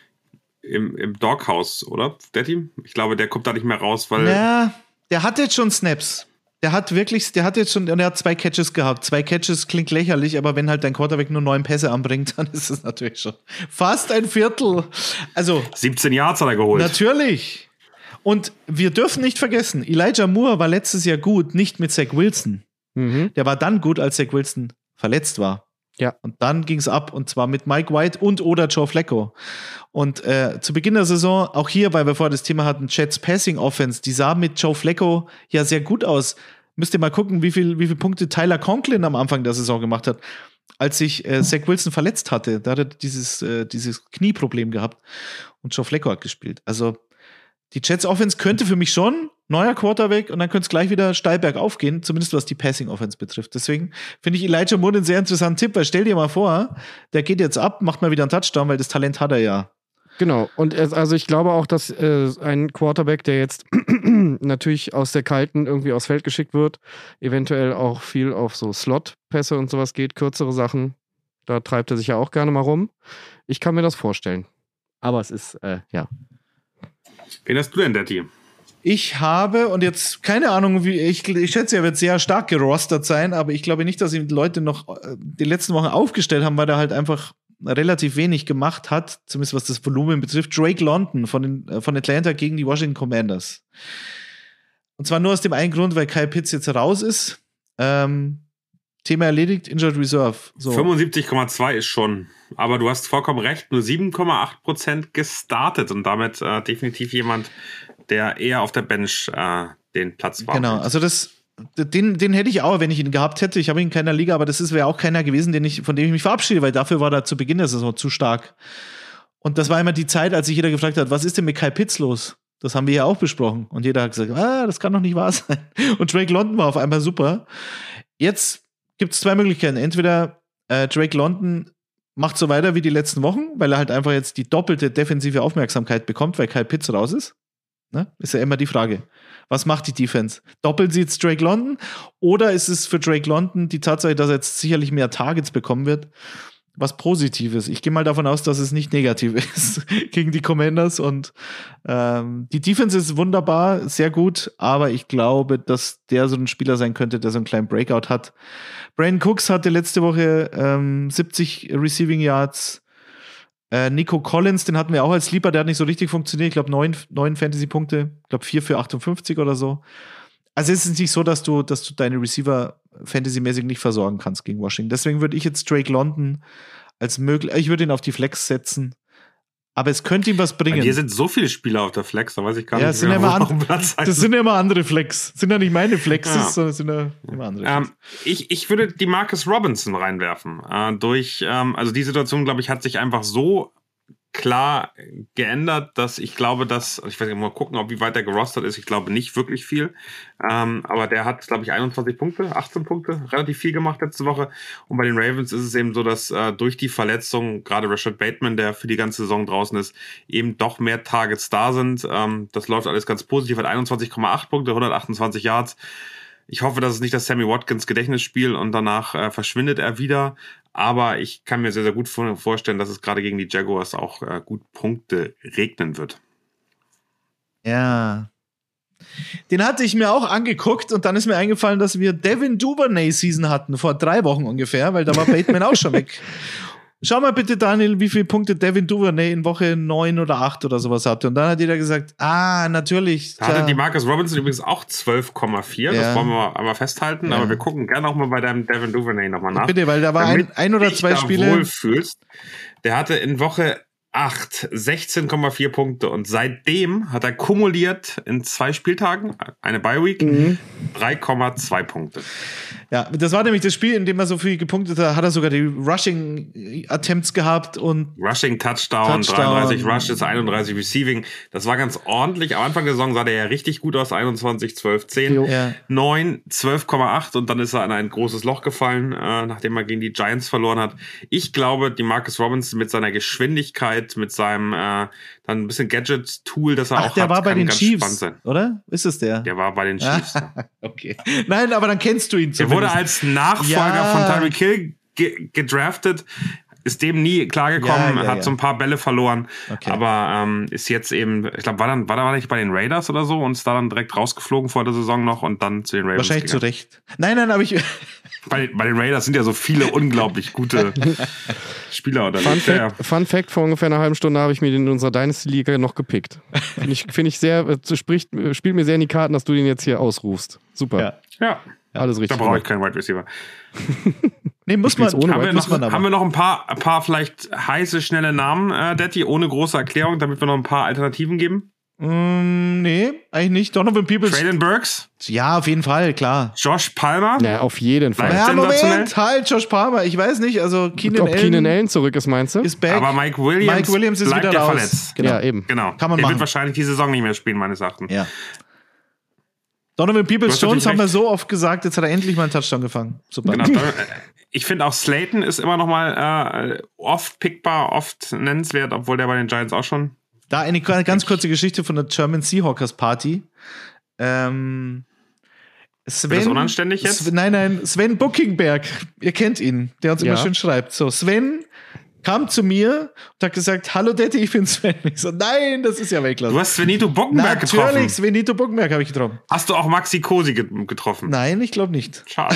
im, im Doghouse, oder? Der Team? Ich glaube, der kommt da nicht mehr raus, weil... Ja, der hat jetzt schon Snaps. Der hat wirklich, der hat jetzt schon, und er hat zwei Catches gehabt. Zwei Catches klingt lächerlich, aber wenn halt dein Quarterback nur neun Pässe anbringt, dann ist es natürlich schon fast ein Viertel. Also siebzehn Yards hat er geholt. Natürlich. Und wir dürfen nicht vergessen, Elijah Moore war letztes Jahr gut, nicht mit Zach Wilson. Mhm. Der war dann gut, als Zach Wilson verletzt war. Ja. Und dann ging es ab, und zwar mit Mike White und oder Joe Flacco. Und äh, zu Beginn der Saison, auch hier, weil wir vorher das Thema hatten, Jets Passing Offense, die sah mit Joe Flacco ja sehr gut aus. Müsst ihr mal gucken, wie viel, wie viele Punkte Tyler Conklin am Anfang der Saison gemacht hat, als sich äh, Zach Wilson verletzt hatte. Da hat er dieses, äh, dieses Knieproblem gehabt und Joe Flacco hat gespielt. Also die Jets Offense könnte für mich schon neuer Quarterback und dann könnte es gleich wieder steil bergauf gehen, zumindest was die Passing Offense betrifft. Deswegen finde ich Elijah Moore einen sehr interessanten Tipp, weil stell dir mal vor, der geht jetzt ab, macht mal wieder einen Touchdown, weil das Talent hat er ja. Genau, und es, also ich glaube auch, dass äh, ein Quarterback, der jetzt natürlich aus der Kalten irgendwie aufs Feld geschickt wird, eventuell auch viel auf so Slot-Pässe und sowas geht, kürzere Sachen, da treibt er sich ja auch gerne mal rum. Ich kann mir das vorstellen. Aber es ist, äh, ja. Wen hast du denn, Daddy? Ich habe, und jetzt keine Ahnung, wie ich, ich schätze, er wird sehr stark gerostert sein, aber ich glaube nicht, dass ihn die Leute noch äh, die letzten Wochen aufgestellt haben, weil er halt einfach relativ wenig gemacht hat, zumindest was das Volumen betrifft. Drake London von, den, äh, von Atlanta gegen die Washington Commanders. Und zwar nur aus dem einen Grund, weil Kyle Pitts jetzt raus ist. Ähm, Thema erledigt, Injured Reserve. So. fünfundsiebzig Komma zwei ist schon, aber du hast vollkommen recht, nur sieben Komma acht Prozent gestartet und damit äh, definitiv jemand, der eher auf der Bench äh, den Platz war. Genau, also das den, den hätte ich auch, wenn ich ihn gehabt hätte. Ich habe ihn in keiner Liga, aber das wäre auch keiner gewesen, den ich, von dem ich mich verabschiede, weil dafür war er zu Beginn der Saison zu stark. Und das war immer die Zeit, als sich jeder gefragt hat, was ist denn mit Kyle Pitts los? Das haben wir ja auch besprochen. Und jeder hat gesagt, ah, das kann doch nicht wahr sein. Und Drake London war auf einmal super. Jetzt gibt es zwei Möglichkeiten. Entweder äh, Drake London macht so weiter wie die letzten Wochen, weil er halt einfach jetzt die doppelte defensive Aufmerksamkeit bekommt, weil Kyle Pitts raus ist. Ne? Ist ja immer die Frage. Was macht die Defense? Doppelt sie jetzt Drake London? Oder ist es für Drake London die Tatsache, dass er jetzt sicherlich mehr Targets bekommen wird, was Positives? Ich gehe mal davon aus, dass es nicht negativ ist gegen die Commanders. Und ähm, die Defense ist wunderbar, sehr gut, aber ich glaube, dass der so ein Spieler sein könnte, der so einen kleinen Breakout hat. Brandon Cooks hatte letzte Woche ähm, siebzig Receiving Yards. Äh, Nico Collins, den hatten wir auch als Sleeper, der hat nicht so richtig funktioniert. Ich glaube, neun, neun Fantasy-Punkte. Ich glaube, vier für achtundfünfzig oder so. Also es ist nicht so, dass du, dass du deine Receiver fantasymäßig nicht versorgen kannst gegen Washington. Deswegen würde ich jetzt Drake London als möglich, ich würde ihn auf die Flex setzen. Aber es könnte ihm was bringen. Hier sind so viele Spieler auf der Flex, da weiß ich gar ja, nicht sind mehr, ja immer wo an, Platz das sind ja immer andere Flex. Das sind ja nicht meine Flexes, ja. sondern sind ja immer andere Flex. Ähm, ich, ich würde die Marcus Robinson reinwerfen. Äh, durch, ähm, also die Situation, glaube ich, hat sich einfach so klar geändert, dass ich glaube, dass, ich weiß nicht, mal gucken, ob wie weit der gerostert ist, ich glaube nicht wirklich viel, ähm, aber der hat, glaube ich, einundzwanzig Punkte, achtzehn Punkte, relativ viel gemacht letzte Woche, und bei den Ravens ist es eben so, dass äh, durch die Verletzung, gerade Rashad Bateman, der für die ganze Saison draußen ist, eben doch mehr Targets da sind, ähm, das läuft alles ganz positiv, hat einundzwanzig Komma acht Punkte, hundertachtundzwanzig Yards. Ich hoffe, dass es nicht das Sammy Watkins Gedächtnisspiel und danach äh, verschwindet er wieder. Aber ich kann mir sehr, sehr gut vorstellen, dass es gerade gegen die Jaguars auch äh, gut Punkte regnen wird. Ja. Den hatte ich mir auch angeguckt und dann ist mir eingefallen, dass wir Devin Duvernay Season hatten, vor drei Wochen ungefähr, weil da war Bateman auch schon weg. Schau mal bitte, Daniel, wie viele Punkte Devin Duvernay in Woche neun oder acht oder sowas hatte. Und dann hat jeder gesagt, ah, natürlich. Da hatte die Marcus Robinson übrigens auch zwölf Komma vier. Ja. Das wollen wir einmal festhalten. Ja. Aber wir gucken gerne auch mal bei deinem Devin Duvernay nochmal nach. Bitte, weil da war ein, ein oder zwei Spiele. Wohlfühlst. Der hatte in Woche acht sechzehn Komma vier Punkte und seitdem hat er kumuliert in zwei Spieltagen, eine Bye-Week, mhm. drei Komma zwei Punkte. Ja, das war nämlich das Spiel, in dem er so viel gepunktet hat, hat er sogar die Rushing-Attempts gehabt und Rushing Touchdown, Touchdown, dreiunddreißig Rushes, einunddreißig Receiving. Das war ganz ordentlich. Am Anfang der Saison sah der ja richtig gut aus, einundzwanzig, zwölf, zehn, ja. neun, zwölf Komma acht und dann ist er in ein großes Loch gefallen, äh, nachdem er gegen die Giants verloren hat. Ich glaube, die Marcus Robinson mit seiner Geschwindigkeit, mit seinem äh, dann ein bisschen Gadget-Tool, das er Ach, auch der hat, war bei kann den ganz Chiefs, spannend sein. Oder? Ist es der? Der war bei den Chiefs. Okay. Nein, aber dann kennst du ihn zumindest. Der wurde als Nachfolger ja. von Tyreek Hill ge- gedraftet, ist dem nie klargekommen, ja, ja, hat ja. so ein paar Bälle verloren, okay. aber ähm, ist jetzt eben, ich glaube, war dann war er nicht bei den Raiders oder so und ist da dann direkt rausgeflogen vor der Saison noch und dann zu den Ravens wahrscheinlich gegangen. zu Recht. Nein, nein, aber ich... Bei, bei den Raiders sind ja so viele unglaublich gute Spieler. Oder Fun, nicht? Fact, Ja. Fun Fact, vor ungefähr einer halben Stunde habe ich mir den in unserer Dynasty-Liga noch gepickt. Finde ich, find ich sehr, äh, spricht, spielt mir sehr in die Karten, dass du den jetzt hier ausrufst. Super. Ja. Ja. Alles richtig. Da brauche ich keinen Wide Receiver. Nee, muss man. Ohne haben, wir noch, man aber. haben wir noch ein paar, ein paar vielleicht heiße, schnelle Namen, äh, Detti, ohne große Erklärung, damit wir noch ein paar Alternativen geben? Mm, nee, eigentlich nicht. Donovan Peoples. Traylon Burks? Ja, auf jeden Fall, klar. Josh Palmer? Ja, auf jeden Fall. Bleibt Ja, sensationell. Moment, halt, Josh Palmer. Ich weiß nicht, also Keenan Ob Allen Keenan Allen zurück ist, meinst du? ist back. Aber Mike Williams, Mike Williams ist bleibt wieder ja raus. verletzt. Genau. Ja, eben. Genau. Kann man Der machen. wird wahrscheinlich die Saison nicht mehr spielen, meines Erachtens. Ja. Donovan Du Peoples hast Jones natürlich haben wir recht. so oft gesagt, jetzt hat er endlich mal einen Touchdown gefangen. Super. Genau. Ich finde auch Slayton ist immer noch mal äh, oft pickbar, oft nennenswert, obwohl der bei den Giants auch schon. Da eine ganz kurze Geschichte von der German Seahawkers Party. Ähm, Sven, Wird das unanständig jetzt? Sven, nein, nein, Sven Buckingberg, ihr kennt ihn, der uns Ja. immer schön schreibt. So, Sven kam zu mir und hat gesagt, hallo Detti, ich bin Sven. Ich so, nein, das ist ja Weltklasse. Du hast Svenito Buckenberg getroffen. Natürlich, Svenito Buckenberg habe ich getroffen. Hast du auch Maxi Cosi get- getroffen? Nein, ich glaube nicht. Schade.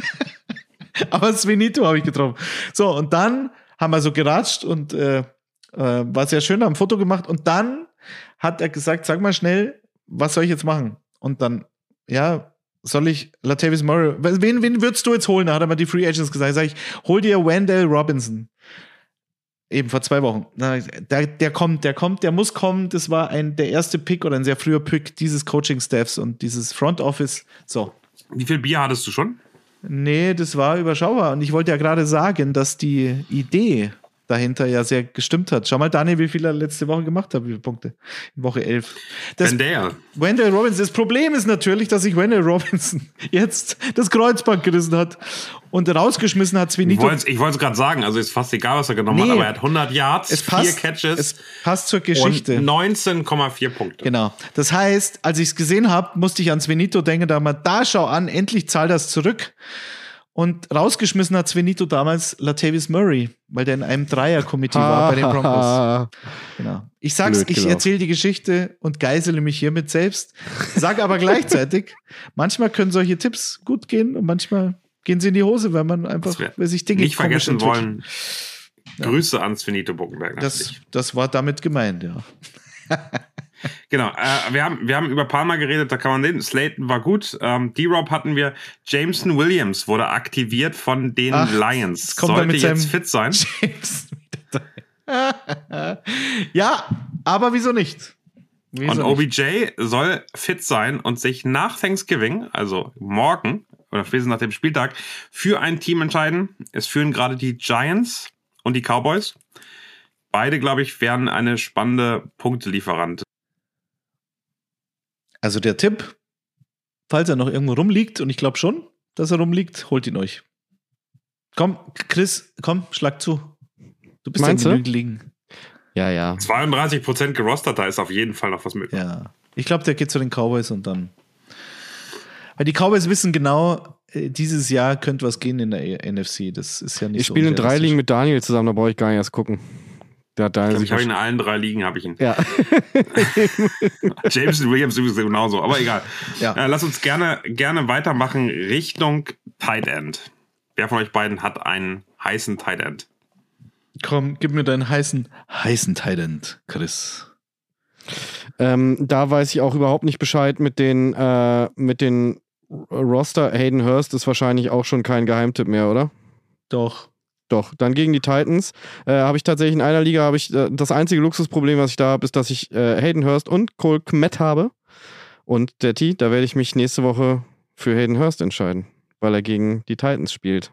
Aber Svenito habe ich getroffen. So, und dann haben wir so geratscht und äh, äh, war sehr schön, haben ein Foto gemacht und dann hat er gesagt, sag mal schnell, was soll ich jetzt machen? Und dann, ja, soll ich Latavius Murray, wen, wen würdest du jetzt holen? Da hat er mal die Free Agents gesagt, sag ich, hol dir Wendell Robinson. Eben vor zwei Wochen. Na, der, der kommt, der kommt, der muss kommen. Das war ein, der erste Pick oder ein sehr früher Pick dieses Coaching-Staffs und dieses Front Office. So. Wie viel Bier hattest du schon? Nee, das war überschaubar. Und ich wollte ja gerade sagen, dass die Idee dahinter ja sehr gestimmt hat. Schau mal, Daniel, wie viel er letzte Woche gemacht hat, wie viele Punkte. In Woche elf. Das, Wendell. Wendell Robinson. Das Problem ist natürlich, dass sich Wendell Robinson jetzt das Kreuzband gerissen hat und rausgeschmissen hat. Ich wollte es gerade sagen, also ist fast egal, was er genommen nee, hat, aber er hat hundert Yards, es passt, vier Catches. Es passt zur Geschichte. Und neunzehn Komma vier Punkte. Genau. Das heißt, als ich es gesehen habe, musste ich an Svenito denken, da mal, da schau an, endlich zahlt das zurück. Und rausgeschmissen hat Svenito damals Latavius Murray, weil der in einem Dreier-Komitee war bei den Broncos. Genau. Ich sag's, ich erzähle die Geschichte und geisele mich hiermit selbst. Sag aber gleichzeitig, manchmal können solche Tipps gut gehen und manchmal gehen sie in die Hose, weil man einfach, weil sich Dinge nicht vergessen wollen. Ja. Grüße an Svenito Buckenberg. Das, das war damit gemeint, ja. Genau, äh, wir, haben, wir haben über Palmer geredet, da kann man sehen, Slayton war gut, ähm, D-Rob hatten wir, Jameson Williams wurde aktiviert von den Ach, Lions, sollte jetzt fit sein. Ja, aber wieso nicht? Wieso und nicht? O B J soll fit sein und sich nach Thanksgiving, also morgen, oder spätestens nach dem Spieltag, für ein Team entscheiden. Es führen gerade die Giants und die Cowboys. Beide, glaube ich, wären eine spannende Punktelieferant. Also der Tipp, falls er noch irgendwo rumliegt, und ich glaube schon, dass er rumliegt, holt ihn euch. Komm, Chris, komm, schlag zu. Du bist Meinst ja du? liegen. Ja, ja. zweiunddreißig Prozent gerostert, da ist auf jeden Fall noch was möglich. Ja, ich glaube, der geht zu den Cowboys und dann. Weil die Cowboys wissen genau, dieses Jahr könnte was gehen in der N F C. Das ist ja nicht ich so. Ich spiele in drei Ligen mit Daniel zusammen, da brauche ich gar nicht erst gucken. Der hat ich habe ihn in allen drei Ligen, habe ich ihn. Ja. Jameson Williams übrigens genauso, aber egal. Ja. Äh, lass uns gerne, gerne weitermachen Richtung Tight End. Wer von euch beiden hat einen heißen Tight End? Komm, gib mir deinen heißen, heißen Tight End, Chris. Ähm, da weiß ich auch überhaupt nicht Bescheid mit den, äh, mit den Roster. Hayden Hurst ist wahrscheinlich auch schon kein Geheimtipp mehr, oder? Doch. Doch, dann gegen die Titans äh, habe ich tatsächlich in einer Liga, habe ich äh, das einzige Luxusproblem, was ich da habe, ist, dass ich äh, Hayden Hurst und Cole Kmet habe. Und Detti, da werde ich mich nächste Woche für Hayden Hurst entscheiden, weil er gegen die Titans spielt.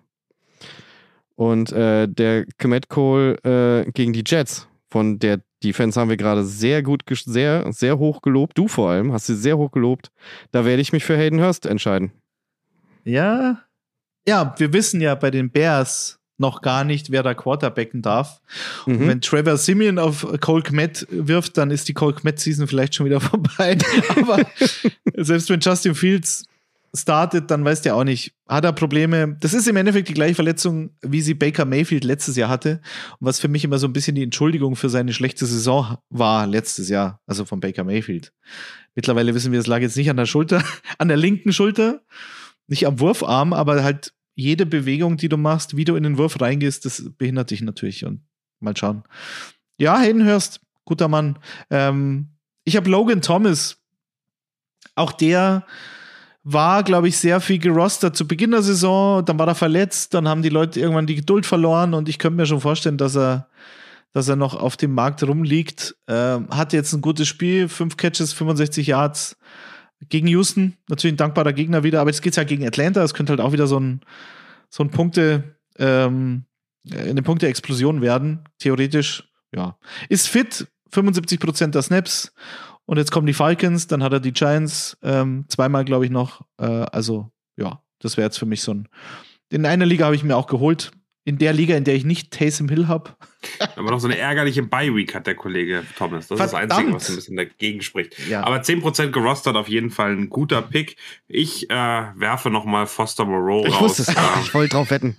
Und äh, der Kmet Cole äh, gegen die Jets, von der Defense haben wir gerade sehr gut, sehr, sehr hoch gelobt. Du vor allem hast sie sehr hoch gelobt. Da werde ich mich für Hayden Hurst entscheiden. Ja, ja, wir wissen ja bei den Bears noch gar nicht, wer da quarterbacken darf. Mhm. Und wenn Trevor Siemian auf Cole Kmet wirft, dann ist die Cole Kmet-Season vielleicht schon wieder vorbei. Aber selbst wenn Justin Fields startet, dann weißt du auch nicht, hat er Probleme. Das ist im Endeffekt die gleiche Verletzung, wie sie Baker Mayfield letztes Jahr hatte. Und was für mich immer so ein bisschen die Entschuldigung für seine schlechte Saison war letztes Jahr, also von Baker Mayfield. Mittlerweile wissen wir, es lag jetzt nicht an der Schulter, an der linken Schulter, nicht am Wurfarm, aber halt jede Bewegung, die du machst, wie du in den Wurf reingehst, das behindert dich natürlich. Und mal schauen. Ja, Hayden Hurst, guter Mann. Ähm, ich habe Logan Thomas. Auch der war, glaube ich, sehr viel gerostert zu Beginn der Saison. Dann war er verletzt. Dann haben die Leute irgendwann die Geduld verloren. Und ich könnte mir schon vorstellen, dass er, dass er noch auf dem Markt rumliegt. Ähm, hat jetzt ein gutes Spiel. Fünf Catches, fünfundsechzig Yards. Gegen Houston, natürlich ein dankbarer Gegner wieder, aber jetzt geht es ja gegen Atlanta, es könnte halt auch wieder so ein, so ein Punkte, ähm, eine Punkte-Explosion werden, theoretisch, ja. Ist fit, fünfundsiebzig Prozent der Snaps und jetzt kommen die Falcons, dann hat er die Giants ähm, zweimal, glaube ich, noch, äh, also ja, das wäre jetzt für mich so ein, in einer Liga habe ich mir auch geholt, in der Liga, in der ich nicht Taysom Hill habe. Aber noch so eine ärgerliche Bye-Week hat der Kollege Thomas. Das Verdammt. ist das Einzige, was ein bisschen dagegen spricht. Ja. Aber zehn Prozent gerostert, auf jeden Fall ein guter Pick. Ich äh, werfe nochmal Foster Moreau ich raus. Ich wusste es. Ich wollte drauf wetten.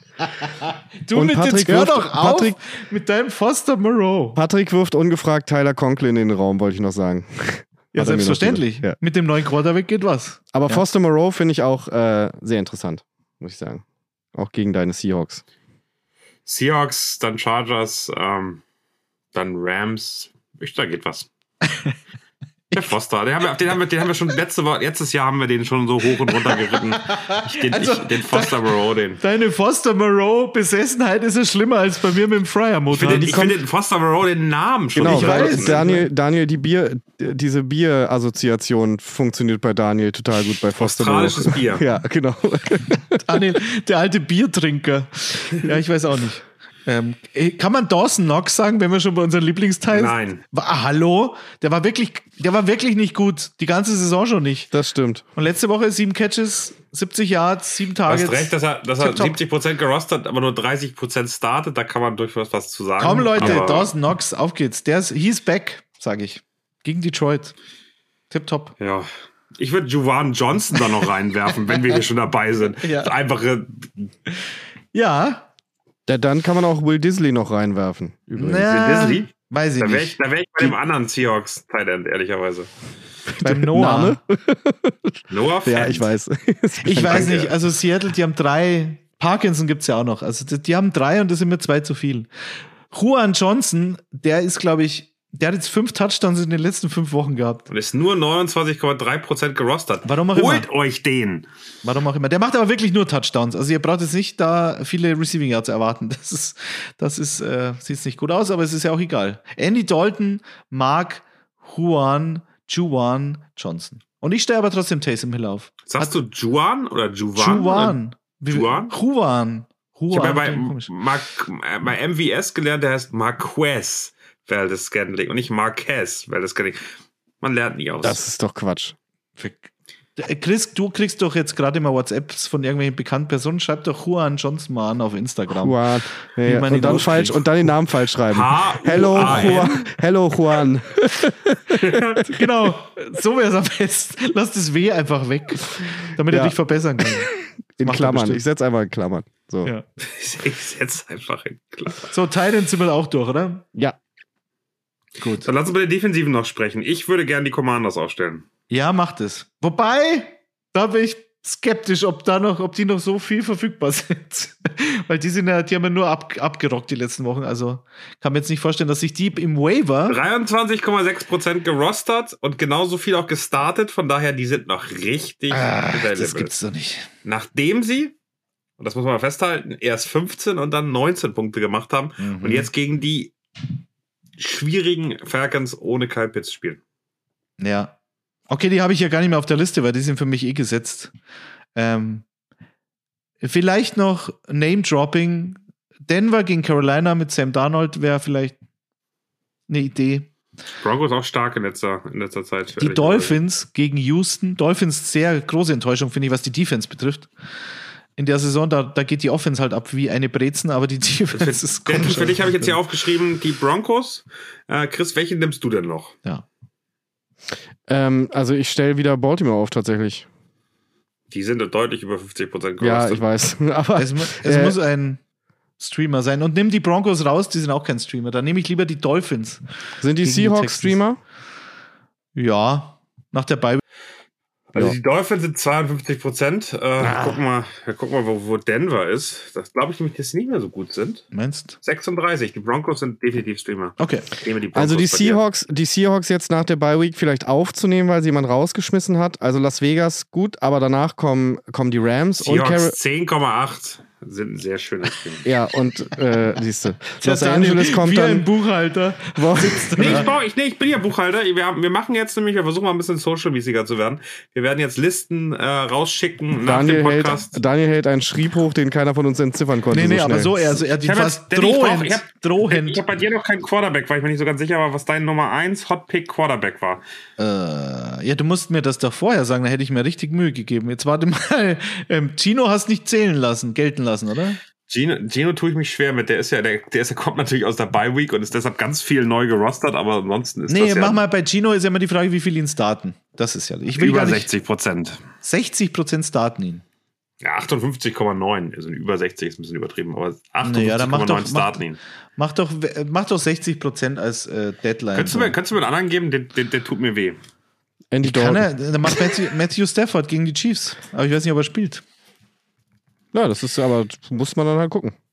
Du Und mit Patrick jetzt hör wirft, doch auf Patrick, mit deinem Foster Moreau. Patrick wirft ungefragt Tyler Conklin in den Raum, wollte ich noch sagen. Ja, selbstverständlich. Ja. Mit dem neuen Quarterback geht was. Aber ja. Foster Moreau finde ich auch äh, sehr interessant, muss ich sagen. Auch gegen deine Seahawks. Seahawks, dann Chargers, ähm, dann Rams. Ich, da geht was. Der Foster, den haben, wir, den, haben wir, den haben wir schon letzte Woche, letztes Jahr haben wir den schon so hoch und runter geritten. Ich, den, Also, ich, den Foster Moreau, den. Deine Foster Moreau Besessenheit ist ja schlimmer als bei mir mit dem Fryer-Motor. Ich finde den, ich find den Foster Moreau den Namen schon. Genau, Ich weil weiß. Daniel, Daniel, die Bier, diese Bier-Assoziation funktioniert bei Daniel total gut bei Foster Moreau. Australisches Bier. Ja, genau. Daniel, der alte Biertrinker. Ja, ich weiß auch nicht. Ähm, kann man Dawson Knox sagen, wenn wir schon bei unseren Lieblingsteilen? Nein. War, hallo? Der war wirklich, der war wirklich nicht gut. Die ganze Saison schon nicht. Das stimmt. Und letzte Woche sieben Catches, siebzig Yards, sieben Du Targets. hast recht, dass er, dass er Tipptopp. siebzig Prozent gerostet, aber nur dreißig Prozent startet. Da kann man durchaus was zu sagen. Komm, Leute, aber Dawson Knox, auf geht's. Der ist, he's back, sage ich. Gegen Detroit. Tipptopp. Ja. Ich würde Juwan Johnson da noch reinwerfen, wenn wir hier schon dabei sind. Ja. Einfache. Ja, Ja, dann kann man auch Will Disley noch reinwerfen. Übrigens. na, Disley? weiß ich Da wäre nicht. ich, da wär ich bei dem anderen Seahawks-Tight End, ehrlicherweise. Beim Noah. Name? Noah Fant. Ja, ich weiß. Ich weiß Danke. nicht, also Seattle, die haben drei. Parkinson gibt's ja auch noch. Also die, die haben drei und das sind mir zwei zu viel. Juan Johnson, der ist, glaube ich, der hat jetzt fünf Touchdowns in den letzten fünf Wochen gehabt. Und ist nur neunundzwanzig Komma drei Prozent gerostet. Warum auch Holt immer. euch den. Warum auch immer. Der macht aber wirklich nur Touchdowns. Also ihr braucht jetzt nicht da viele Receiving Yards erwarten. Das ist, das ist, äh, sieht nicht gut aus, aber es ist ja auch egal. Andy Dalton mag Juan, Juwan Johnson. Und ich stelle aber trotzdem Taysom Hill auf. Sagst du Juan oder Juwan? Juwan. Wie- Juan? Juan. Ich habe ja bei, Juan. Komisch. Mark, äh, bei M V S gelernt, der heißt Marquez Valdez Scantling und nicht Marquez Valdez Scantling. Man lernt nie aus. Das ist doch Quatsch. Äh, Chris, du kriegst doch jetzt gerade mal WhatsApps von irgendwelchen bekannten Personen. Schreib doch Juan Johnson mal an auf Instagram. Juan. Ja, ja. man Und ihn dann ausspricht. falsch und dann den Namen falsch schreiben. H U A N. Hello Juan. Hello Juan. Genau, so wäre es am besten. Lass das W einfach weg, damit Ja. er dich verbessern kann. In macht er Klammern. bestimmt. Ich setze einfach in Klammern. So. Ja. Ich setze einfach in klar. So, Titans sind wir auch durch, oder? Ja. Gut. Dann lass uns bei den Defensiven noch sprechen. Ich würde gerne die Commanders aufstellen. Ja, macht es. Wobei, da bin ich skeptisch, ob da noch, ob die noch so viel verfügbar sind. Weil die sind ja, die haben ja nur ab, abgerockt die letzten Wochen. Also kann mir jetzt nicht vorstellen, dass sich die im Waiver. dreiundzwanzig Komma sechs Prozent gerostert und genauso viel auch gestartet. Von daher, die sind noch richtig Ah, available. das gibt's doch nicht. Nachdem sie, und das muss man mal festhalten, erst fünfzehn und dann neunzehn Punkte gemacht haben Mhm. und jetzt gegen die schwierigen Falcons ohne Kyle Pitts spielen. Ja. Okay, die habe ich ja gar nicht mehr auf der Liste, weil die sind für mich eh gesetzt. Ähm, vielleicht noch Name-Dropping. Denver gegen Carolina mit Sam Darnold wäre vielleicht eine Idee. Broncos auch stark in letzter, in letzter Zeit. Die Dolphins gegen Houston. Dolphins sehr große Enttäuschung, finde ich, was die Defense betrifft. In der Saison, da, da geht die Offense halt ab wie eine Brezen, aber die Defense ist Für, komisch. für dich habe ich jetzt hier aufgeschrieben, die Broncos. Äh, Chris, welchen nimmst du denn noch? Ja. Ähm, also ich stelle wieder Baltimore auf tatsächlich. Die sind deutlich über fünfzig Prozent Ja, gerostet. ich weiß. Aber Es, mu- es äh, muss ein Streamer sein. Und nimm die Broncos raus, die sind auch kein Streamer. Dann nehme ich lieber die Dolphins. sind die gegen die Seahawks Texans. Streamer? Ja, nach der Bye. Also Ja. die Dolphins sind zweiundfünfzig Prozent. Äh, Ah. Gucken wir, wir gucken mal, wo, wo Denver ist. Das glaube ich nämlich, dass sie nicht mehr so gut sind. Meinst? sechsunddreißig. Die Broncos sind definitiv Streamer. Okay. Ich nehme die Broncos Also die bei dir. Seahawks, die Seahawks jetzt nach der Bye Week vielleicht aufzunehmen, weil sie jemand rausgeschmissen hat. Also Las Vegas gut, aber danach kommen, kommen die Rams und Car- Seahawks zehn Komma acht sind ein sehr schönes Team. ja und äh, siehst du. Los Der Angeles Daniel, kommt wie ein dann. Buchhalter. Wo, Nee, ich, brauch, ich, nee, ich bin ja Buchhalter. Wir, haben, wir machen jetzt nämlich, wir versuchen mal ein bisschen social-mäßiger zu werden. Wir werden jetzt Listen äh, rausschicken nach Daniel dem hält, Podcast. Daniel hält einen Schrieb hoch, den keiner von uns entziffern konnte. Nee, nee, so aber schnell. so, er, also er hat Ich die hab fast jetzt- Danny, ich brauch- drohend. ich hab- drohend. Ich habe bei dir noch keinen Quarterback, weil ich mir nicht so ganz sicher war, was dein Nummer eins Hotpick Quarterback war. Äh, ja, du musst mir das doch vorher sagen, da hätte ich mir richtig Mühe gegeben. Jetzt warte mal. Ähm, Gino hast nicht zählen lassen, gelten lassen, oder? Gino, Gino tue ich mich schwer mit. Der ist ja, der, der, ist, der kommt natürlich aus der Bye Week und ist deshalb ganz viel neu gerostert, aber ansonsten ist Nee, das ja mach mal, bei Gino ist ja immer die Frage, wie viel ihn starten. Das ist ja. Ich will über gar nicht. sechzig Prozent. sechzig Prozent starten ihn. Ja, achtundfünfzig Komma neun. Also über sechzig ist ein bisschen übertrieben, aber Naja, dann achtundfünfzig mach Komma doch- neun starten ihn. Mach doch, mach doch sechzig Prozent als äh, Deadline. Könntest du, mir, könntest du mir einen anderen geben? Der, der, der tut mir weh. Andy Kann Dalton. er, dann macht Matthew, Matthew Stafford gegen die Chiefs. Aber ich weiß nicht, ob er spielt. Ja, das ist aber, muss man dann halt gucken.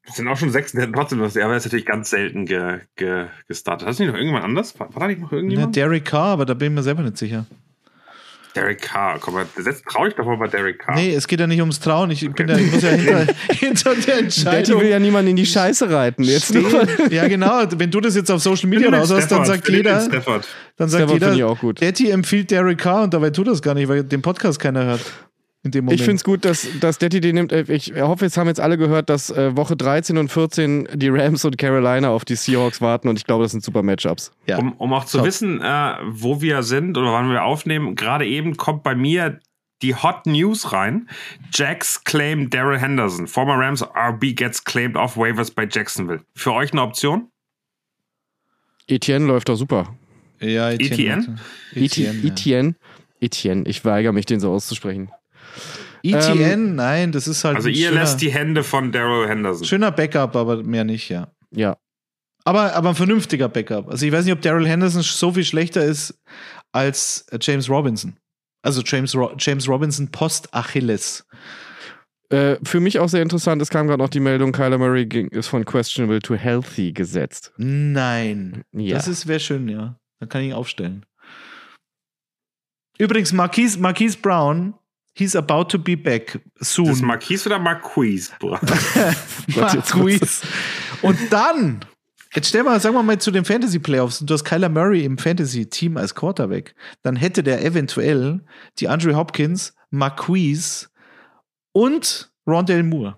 Das sind auch schon sechs, der hätten trotzdem was, aber er ist natürlich ganz selten ge, ge, gestartet. Hast du nicht noch irgendjemand anders? War, war da nicht noch irgendjemand? Ja, Derek Carr, aber da bin ich mir selber nicht sicher. Derek Carr, komm mal, jetzt traue ich doch mal bei Derek Carr. Nee, es geht ja nicht ums Trauen. Ich, bin ja, ich muss ja hinter, hinter der Entscheidung. Daddy will ja niemanden in die Scheiße reiten. Jetzt nur. Ja, genau. Wenn du das jetzt auf Social Media raus hast, dann sagt jeder, dann sagt Stafford jeder, auch gut. Daddy empfiehlt Derek Carr und dabei tut das gar nicht, weil den Podcast keiner hört. In dem Moment. Ich finde es gut, dass, dass Daddy den nimmt. Ich hoffe, jetzt haben jetzt alle gehört, dass äh, Woche dreizehn und vierzehn die Rams und Carolina auf die Seahawks warten und ich glaube, das sind super Matchups. Ja. Um, um auch zu Top. wissen, äh, wo wir sind oder wann wir aufnehmen, gerade eben kommt bei mir die Hot News rein. Jacks claim Darrell Henderson. Former Rams R B gets claimed off waivers bei Jacksonville. Für euch eine Option? Etienne läuft doch super. Ja, Etienne? Etienne. Etienne. Etienne. Ich weigere mich, den so auszusprechen. Etienne, Ähm, nein, das ist halt Also ein ihr schöner, lässt die Hände von Darrell Henderson. schöner Backup, aber mehr nicht, ja. Ja. Aber, aber ein vernünftiger Backup. Also ich weiß nicht, ob Darrell Henderson so viel schlechter ist als James Robinson. Also James, Ro- James Robinson post Achilles. Äh, für mich auch sehr interessant, es kam gerade noch die Meldung, Kyler Murray ging, ist von questionable to healthy gesetzt. Nein. Ja. Das wäre schön, ja. Dann kann ich ihn aufstellen. Übrigens, Marquise, Marquise Brown, he's about to be back soon. Das ist Marquise oder Marquise? Gott, jetzt Marquise. Und dann, jetzt stell mal, sagen wir mal zu den Fantasy-Playoffs, und du hast Kyler Murray im Fantasy-Team als Quarterback, dann hätte der eventuell die Andrew Hopkins, Marquise und Rondale Moore.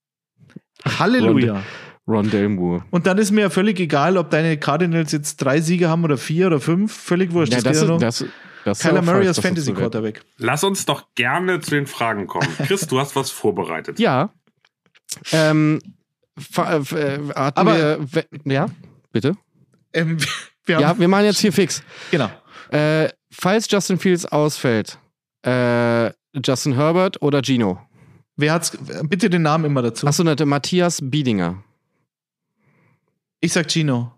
Halleluja. Rondale Moore. Und dann ist mir ja völlig egal, ob deine Cardinals jetzt drei Siege haben oder vier oder fünf. Völlig wurscht. Ja, das das, geht ja ist, noch. das, das ist Kyler auch Murray falsch, als das so zu werten. Fantasy-Quarterback. Lass uns doch gerne zu den Fragen kommen. Chris, du hast was vorbereitet. Ja. Ähm, fa- äh, hatten Aber- wir, we- ja, bitte? Ähm, wir haben, Ja, wir machen jetzt hier fix. genau. Äh, falls Justin Fields ausfällt, äh, Justin Herbert oder Gino? Wer hat's? Bitte den Namen immer dazu. Achso, ne, Matthias Biedinger. Ich sag Gino.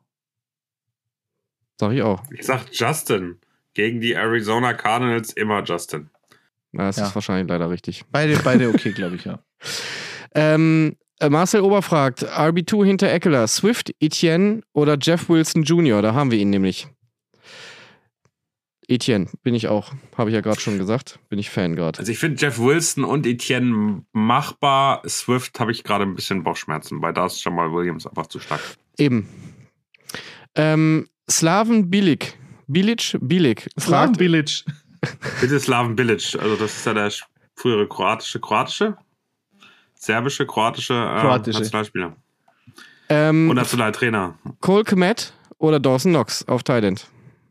Sag ich auch. Ich sag Justin. Gegen die Arizona Cardinals immer Justin. Ja, das Ja. ist wahrscheinlich leider richtig. Beide, beide okay, glaube ich, ja. Ähm, äh, Marcel Ober fragt, R B zwei hinter Eckler, Swift, Etienne oder Jeff Wilson Junior? Da haben wir ihn nämlich. Etienne, bin ich auch. Habe ich ja gerade schon gesagt. Bin ich Fan gerade. Also ich finde Jeff Wilson und Etienne machbar. Swift habe ich gerade ein bisschen Bauchschmerzen, weil da ist Jamal Williams einfach zu stark. Eben. Ähm, Slaven Bilic. Bilic? Bilic. Slaven Fragt, Bilic. Bitte Slaven Bilic. Also das ist ja der frühere kroatische, kroatische? Serbische, kroatische, äh, Kroatische. Nationalspieler. ähm, Und Nationaltrainer. Cole Kmet oder Dawson Knox auf Thailand?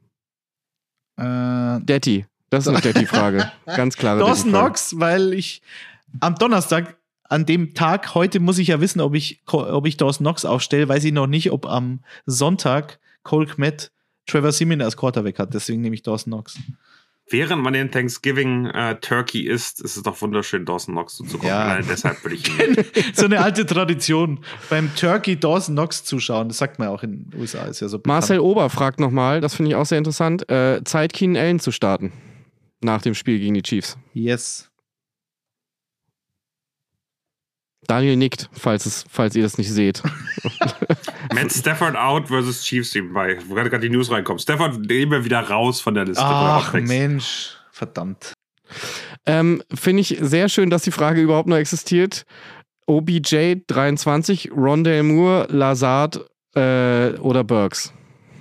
Äh, Daddy. Das ist eine Daddy-Frage. Ganz klare Dawson Daddy-Frage. Knox, weil ich am Donnerstag, an dem Tag, heute muss ich ja wissen, ob ich, ob ich Dawson Knox aufstelle, weiß ich noch nicht, ob am Sonntag Cole Kmet Trevor Siemian als Quarterback hat. Deswegen nehme ich Dawson Knox. Während man den Thanksgiving äh, Turkey isst, ist es doch wunderschön, Dawson Knox zuzugucken. Ja. Allein deshalb würde ich ihn nehmen. So eine alte Tradition. Beim Turkey Dawson Knox zuschauen. Das sagt man ja auch in den U S A. Ist ja so bekannt. Marcel Ober fragt nochmal, das finde ich auch sehr interessant, äh, Zeit Keenan Allen zu starten. Nach dem Spiel gegen die Chiefs. Yes. Daniel nickt, falls, es, falls ihr das nicht seht. Matt Stafford out versus Chiefs nebenbei. Wo gerade die News reinkommt. Stafford nehmen wir wieder raus von der Liste. Ach, Mensch. Mensch. Verdammt. Ähm, finde ich sehr schön, dass die Frage überhaupt noch existiert. O B J dreiundzwanzig, Rondale Moore, Lazard äh, oder Burks.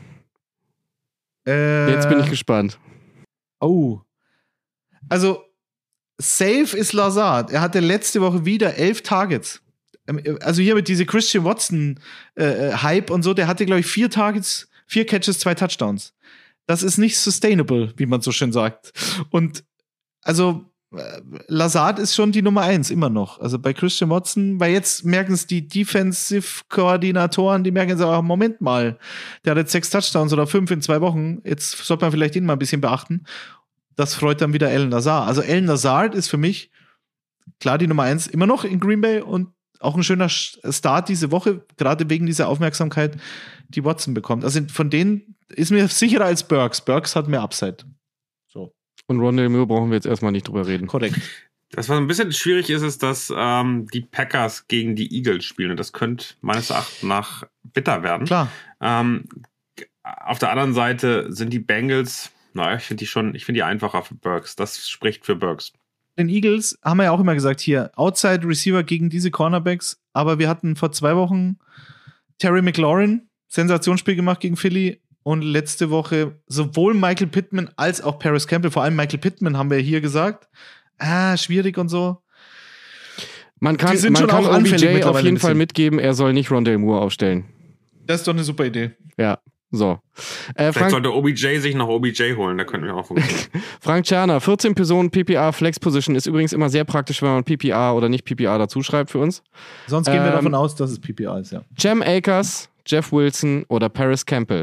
Äh, Jetzt bin ich gespannt. Oh. Also, safe ist Lazard. Er hatte letzte Woche wieder elf Targets. Also hier mit diese Christian Watson äh, Hype und so, der hatte, glaube ich, vier Targets, vier Catches, zwei Touchdowns. Das ist nicht sustainable, wie man so schön sagt. Und also äh, Lazard ist schon die Nummer eins, immer noch. Also bei Christian Watson, weil jetzt merken es die Defensive-Koordinatoren, die merken so, Moment mal, der hat jetzt sechs Touchdowns oder fünf in zwei Wochen, jetzt sollte man vielleicht ihn mal ein bisschen beachten. Das freut dann wieder Alan Lazard. Also Alan Lazard ist für mich klar die Nummer eins immer noch in Green Bay und auch ein schöner Start diese Woche, gerade wegen dieser Aufmerksamkeit, die Watson bekommt. Also von denen ist mir sicherer als Burks. Burks hat mehr Upside. So, Und Rondale Moore brauchen wir jetzt erstmal nicht drüber reden. korrekt. Das, was ein bisschen schwierig ist, ist, dass ähm, die Packers gegen die Eagles spielen. Und das könnte meines Erachtens nach bitter werden. Klar. Ähm, auf der anderen Seite sind die Bengals, naja, ich finde die schon, ich finde die einfacher für Burks. Das spricht für Burks. Den Eagles haben wir ja auch immer gesagt, hier, Outside Receiver gegen diese Cornerbacks. Aber wir hatten vor zwei Wochen Terry McLaurin, Sensationsspiel gemacht gegen Philly. Und letzte Woche sowohl Michael Pittman als auch Paris Campbell, vor allem Michael Pittman, haben wir hier gesagt. Ah, schwierig und so. Man kann, Die sind man schon kann auch O B anfällig J auf mittlerweile jeden ein Fall bisschen. mitgeben, er soll nicht Rondale Moore aufstellen. Das ist doch eine super Idee. Ja, so. Äh, Vielleicht Frank, sollte O B J sich noch O B J holen, da könnten wir auch funktionieren. Frank Tscherner, vierzehn Personen P P R Flex Position ist übrigens immer sehr praktisch, wenn man P P R oder nicht P P R dazu schreibt für uns. Sonst gehen wir Ähm, davon aus, dass es P P A ist, ja. Cam Akers, Jeff Wilson oder Paris Campbell.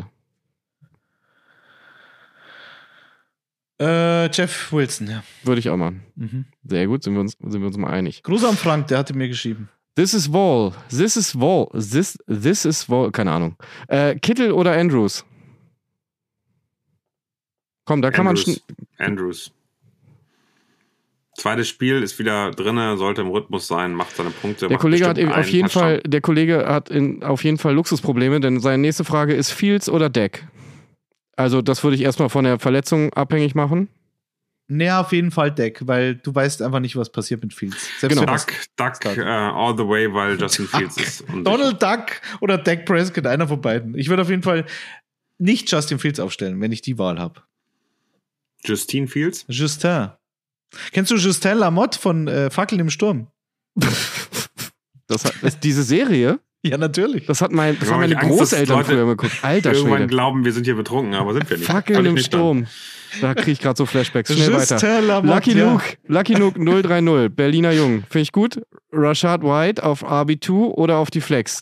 Äh, Jeff Wilson, ja. Würde ich auch machen. Mhm. Sehr gut, sind wir uns, sind wir uns mal einig. Gruß an Frank, der hatte mir geschrieben. This is Wall. This is Wall. This, this is Wall. Keine Ahnung. Äh, Kittel oder Andrews? Komm, da kann Andrews. man. Andrews. Zweites Spiel ist wieder drin, sollte im Rhythmus sein, macht seine Punkte. Der macht Kollege hat bestimmt auf einen jeden Touchdown. Fall, der Kollege hat in, auf jeden Fall Luxusprobleme, denn seine nächste Frage ist Fields oder Dak? Also, das würde ich erstmal von der Verletzung abhängig machen. Naja, auf jeden Fall Dak, weil du weißt einfach nicht, was passiert mit Fields. Selbst Genau. wenn Duck, Duck Start. uh, all the way, weil Justin Fields ist. unsicher. Donald Duck oder Dak Prescott, einer von beiden. Ich würde auf jeden Fall nicht Justin Fields aufstellen, wenn ich die Wahl habe. Justine Fields? Justin. Kennst du Justin Lamotte von äh, Fackeln im Sturm? Das hat, ist diese Serie, Ja, natürlich. das hat mein, das Ja, haben meine ich Angst, dass Großeltern Leute früher geguckt. Alter Irgendwann Schwede. glauben, wir sind hier betrunken, aber sind wir nicht. Fackeln Völlig im nüchtern. Sturm. Da kriege ich gerade so Flashbacks. Schnell weiter. Justin Lamotte, Lucky ja. Luke, Lucky Luke null drei null, Berliner Jung. Finde ich gut. Rashad White auf R B zwei oder auf die Flex?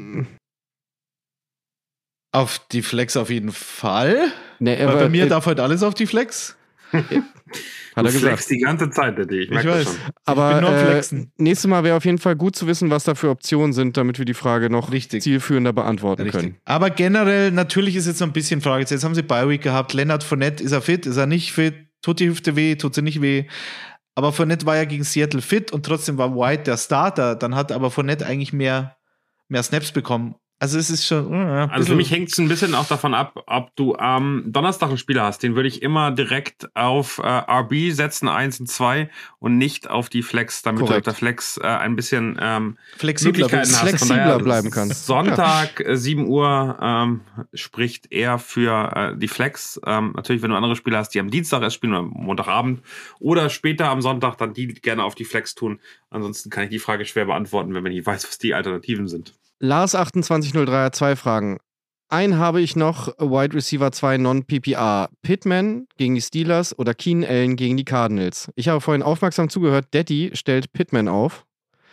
Auf die Flex auf jeden Fall. Ne, Weil aber, bei mir äh, darf heute alles auf die Flex. hat Du er gesagt. flexst die ganze Zeit, Daddy. Ich merke das weiß. schon. Aber bin nur am äh, Flexen. nächstes Mal wäre auf jeden Fall gut zu wissen, was da für Optionen sind, damit wir die Frage noch Richtig. zielführender beantworten Richtig. können. Aber generell, natürlich ist jetzt noch ein bisschen Frage. Jetzt haben sie Bye-Week gehabt. Leonard Fournette, ist er fit? Ist er nicht fit? Tut die Hüfte weh? Tut sie nicht weh? Aber Fournette war ja gegen Seattle fit und trotzdem war White der Starter. Dann hat aber Fournette eigentlich mehr, mehr Snaps bekommen. Also es ist schon... Äh, Also für mich hängt es ein bisschen auch davon ab, ob du am Donnerstag einen Spieler hast. Den würde ich immer direkt auf äh, R B setzen, eins und zwei und nicht auf die Flex, damit Korrekt. du auf der Flex äh, ein bisschen ähm, flexibler Möglichkeiten bist. hast. Von Flexibler daher, bleiben kannst. Sonntag, äh, sieben Uhr ähm, spricht eher für äh, die Flex. Ähm, natürlich, wenn du andere Spieler hast, die am Dienstag erst spielen oder am Montagabend oder später am Sonntag, dann die gerne auf die Flex tun. Ansonsten kann ich die Frage schwer beantworten, wenn man nicht weiß, was die Alternativen sind. Lars achtundzwanzig null drei hat zwei Fragen. Einen habe ich noch, Wide Receiver zwei Non-P P R. Pittman gegen die Steelers oder Keenan Allen gegen die Cardinals. Ich habe vorhin aufmerksam zugehört, Daddy stellt Pittman auf.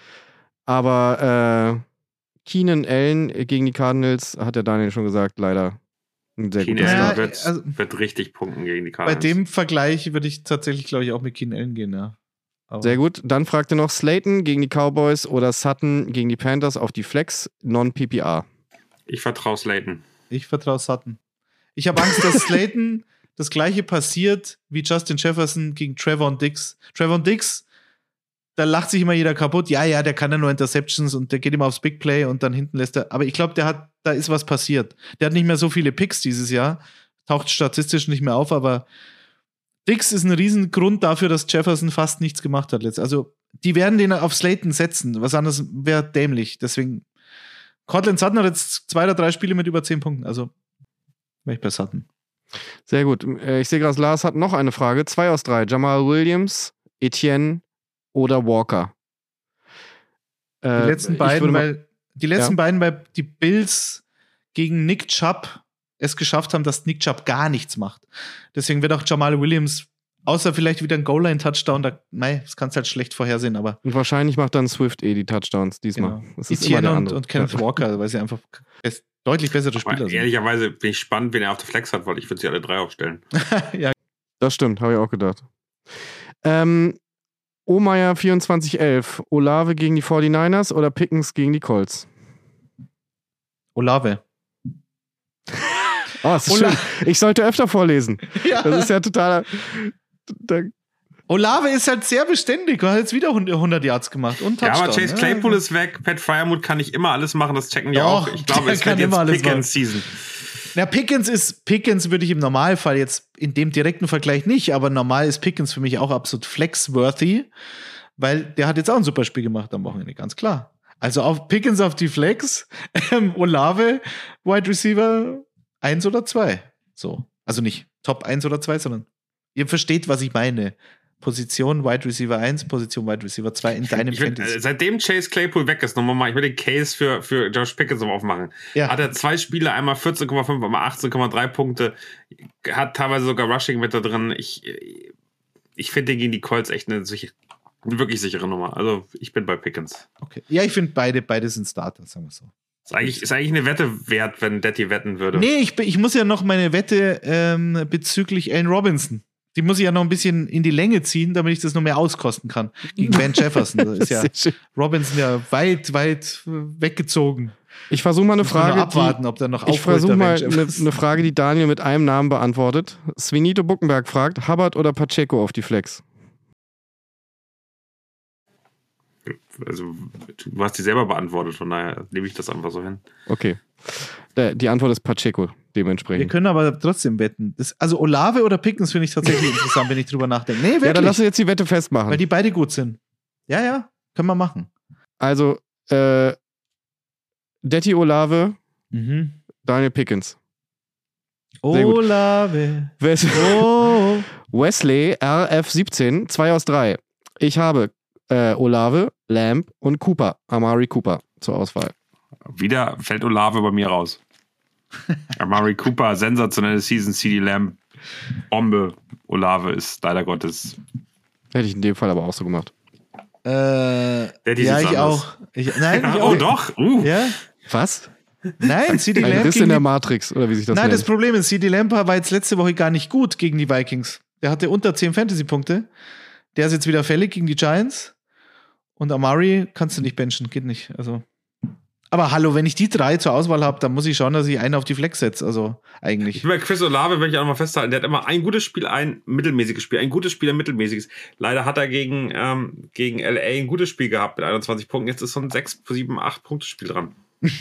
Aber äh, Keenan Allen gegen die Cardinals, hat der Daniel schon gesagt, leider ein sehr guter Keenan Ja, Start. wird, also- wird richtig punkten gegen die Bei Cardinals. dem Vergleich würde ich tatsächlich, glaube ich, auch mit Keenan Allen gehen, ja. Aber Sehr gut. Dann fragte noch Slayton gegen die Cowboys oder Sutton gegen die Panthers auf die Flex, Non-P P R. Ich vertraue Slayton. Ich vertraue Sutton. Ich habe Angst, dass Slayton das gleiche passiert wie Justin Jefferson gegen Trevor Diggs. Trevor Diggs, da lacht sich immer jeder kaputt. Ja, ja, der kann ja nur Interceptions und der geht immer aufs Big Play und dann hinten lässt er. Aber ich glaube, der hat, da ist was passiert. Der hat nicht mehr so viele Picks dieses Jahr. Taucht statistisch nicht mehr auf, aber Diggs ist ein Riesengrund dafür, dass Jefferson fast nichts gemacht hat. Letzt. Also, die werden den auf Slayton setzen. Was anderes wäre dämlich. Deswegen, Cortland Sutton hat jetzt zwei oder drei Spiele mit über zehn Punkten. Also, wäre ich bei Sutton. Sehr gut. Äh, Ich sehe gerade, Lars hat noch eine Frage. Zwei aus drei. Jamal Williams, Etienne oder Walker? Die Äh, letzten ich beiden, würde mal- weil die letzten Ja. beiden, weil die Bills gegen Nick Chubb es geschafft haben, dass Nick Chubb gar nichts macht. Deswegen wird auch Jamal Williams, außer vielleicht wieder ein Goal-Line-Touchdown, da, mei, das kannst du halt schlecht vorhersehen, aber Und wahrscheinlich macht dann Swift eh die Touchdowns diesmal. genau. Das ist immer Etienne der und, andere. und Kenneth Ja. Walker, weil sie einfach best, deutlich bessere Spieler Aber sind. ehrlicherweise bin ich gespannt, wen er auf der Flex hat, weil ich würde sie alle drei aufstellen. ja, Das stimmt, habe ich auch gedacht. Ähm, Omeyer vierundzwanzig elf. Olave gegen die forty-niners oder Pickens gegen die Colts? Olave. Oh, das ist Ola- schön. Ich sollte öfter vorlesen. Ja. Das ist ja totaler. Da, Olave ist halt sehr beständig. Er hat jetzt wieder hundert Yards gemacht und Touchdown. Ja, aber Chase Claypool ja. ist weg. Pat Fryermuth kann nicht immer alles machen. Das checken wir Doch, auch. Ich glaube, es kann wird immer jetzt alles Pickens-Season. Na, Pickens ist, Pickens würde ich im Normalfall jetzt in dem direkten Vergleich nicht, aber normal ist Pickens für mich auch absolut flex-worthy, weil der hat jetzt auch ein super Spiel gemacht am Wochenende, ganz klar. Also auf Pickens auf die Flex, ähm, Olave, Wide Receiver eins oder zwei. So. Also nicht Top eins oder zwei, sondern ihr versteht, was ich meine. Position Wide Receiver eins, Position Wide Receiver zwei in deinem ich will, Fantasy. äh, seitdem Chase Claypool weg ist, nochmal mal, ich will den Case für, für Josh Pickens noch aufmachen. Ja. Hat er zwei Spiele, einmal vierzehn Komma fünf, einmal achtzehn Komma drei Punkte, hat teilweise sogar Rushing mit da drin. Ich, ich finde den gegen die Colts echt eine, sicher, eine wirklich sichere Nummer. Also ich bin bei Pickens. Okay. Ja, ich finde beide, beide sind Starter, sagen wir so. Ist eigentlich, ist eigentlich eine Wette wert, wenn Detti wetten würde. Nee, ich, ich muss ja noch meine Wette ähm, bezüglich Allen Robinson. Die muss ich ja noch ein bisschen in die Länge ziehen, damit ich das noch mehr auskosten kann. Gegen Van Jefferson. Da ist ja Robinson ja weit, weit weggezogen. Ich versuche mal eine Frage. Nur abwarten, die, ob der noch ich versuche mal eine, eine Frage, die Daniel mit einem Namen beantwortet. Svenito Buckenberg fragt: Hubbard oder Pacheco auf die Flex? Also, du hast die selber beantwortet, von daher nehme ich das einfach so hin. Okay. Die Antwort ist Pacheco, dementsprechend. Wir können aber trotzdem wetten. Das, also Olave oder Pickens finde ich tatsächlich interessant, wenn ich drüber nachdenke. Nee, wirklich. Ja, dann lass uns jetzt die Wette festmachen. Weil die beide gut sind. Ja, ja, können wir machen. Also, äh, Detti Olave, mhm. Daniel Pickens. Olave. Wes- Oh. Wesley, R F siebzehn, zwei aus drei. Ich habe äh, Olave, Lamb und Cooper, Amari Cooper zur Auswahl. Wieder fällt Olave bei mir raus. Amari Cooper, sensationelle Season, C D Lamb, Bombe. Olave ist leider Gottes. Hätte ich in dem Fall aber auch so gemacht. Äh, ja, ich anders. auch. Ich, nein, ich oh, auch. doch. Uh. Ja? Was? Nein, C D Ein Lamb. Riss gegen in der die, Matrix, oder wie sich das nein, nennt. das Problem ist, C D Lamb war jetzt letzte Woche gar nicht gut gegen die Vikings. Der hatte unter zehn Fantasy-Punkte. Der ist jetzt wieder fällig gegen die Giants. Und Amari kannst du nicht benchen, geht nicht. Also. Aber hallo, wenn ich die drei zur Auswahl habe, dann muss ich schauen, dass ich einen auf die Flex setze. Also eigentlich. Ich bin bei Chris Olave, will ich auch nochmal festhalten, der hat immer ein gutes Spiel, ein mittelmäßiges Spiel, ein gutes Spiel, ein mittelmäßiges. Leider hat er gegen, ähm, gegen L A ein gutes Spiel gehabt mit einundzwanzig Punkten. Jetzt ist so ein sechs, sieben, acht Punkte Spiel dran.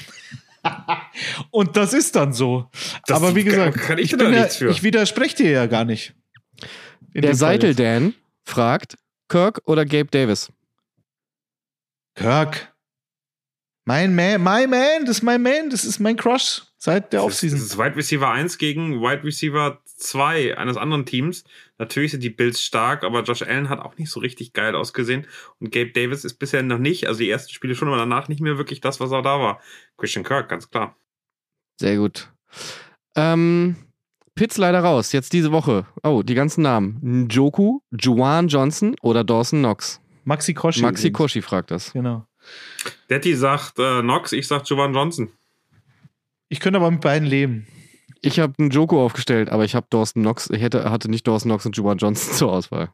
Und das ist dann so. Das Aber wie gesagt, kann ich, ich, da bin ja, nichts für. ich widerspreche dir ja gar nicht. In Der dem Fall Seitel jetzt. Dan fragt: Kirk oder Gabe Davis? Kirk. Mein Man, my Man, das ist mein Man, das ist mein Crush seit der Das Offseason. ist Wide Receiver eins gegen Wide Receiver zwei eines anderen Teams. Natürlich sind die Bills stark, aber Josh Allen hat auch nicht so richtig geil ausgesehen. Und Gabe Davis ist bisher noch nicht, also die ersten Spiele schon, aber danach nicht mehr wirklich das, was er da war. Christian Kirk, ganz klar. Sehr gut. Ähm, Pitts leider raus, jetzt diese Woche. Oh, die ganzen Namen. Njoku, Juwan Johnson oder Dawson Knox? Maxi Koschi. Maxi übrigens. Koschi fragt das. Genau. Detti sagt äh, Knox, ich sag Jovan Johnson. Ich könnte aber mit beiden leben. Ich habe einen Joko aufgestellt, aber ich habe Dawson Knox, ich hätte, hatte nicht Dawson Knox und Juwan Johnson zur Auswahl.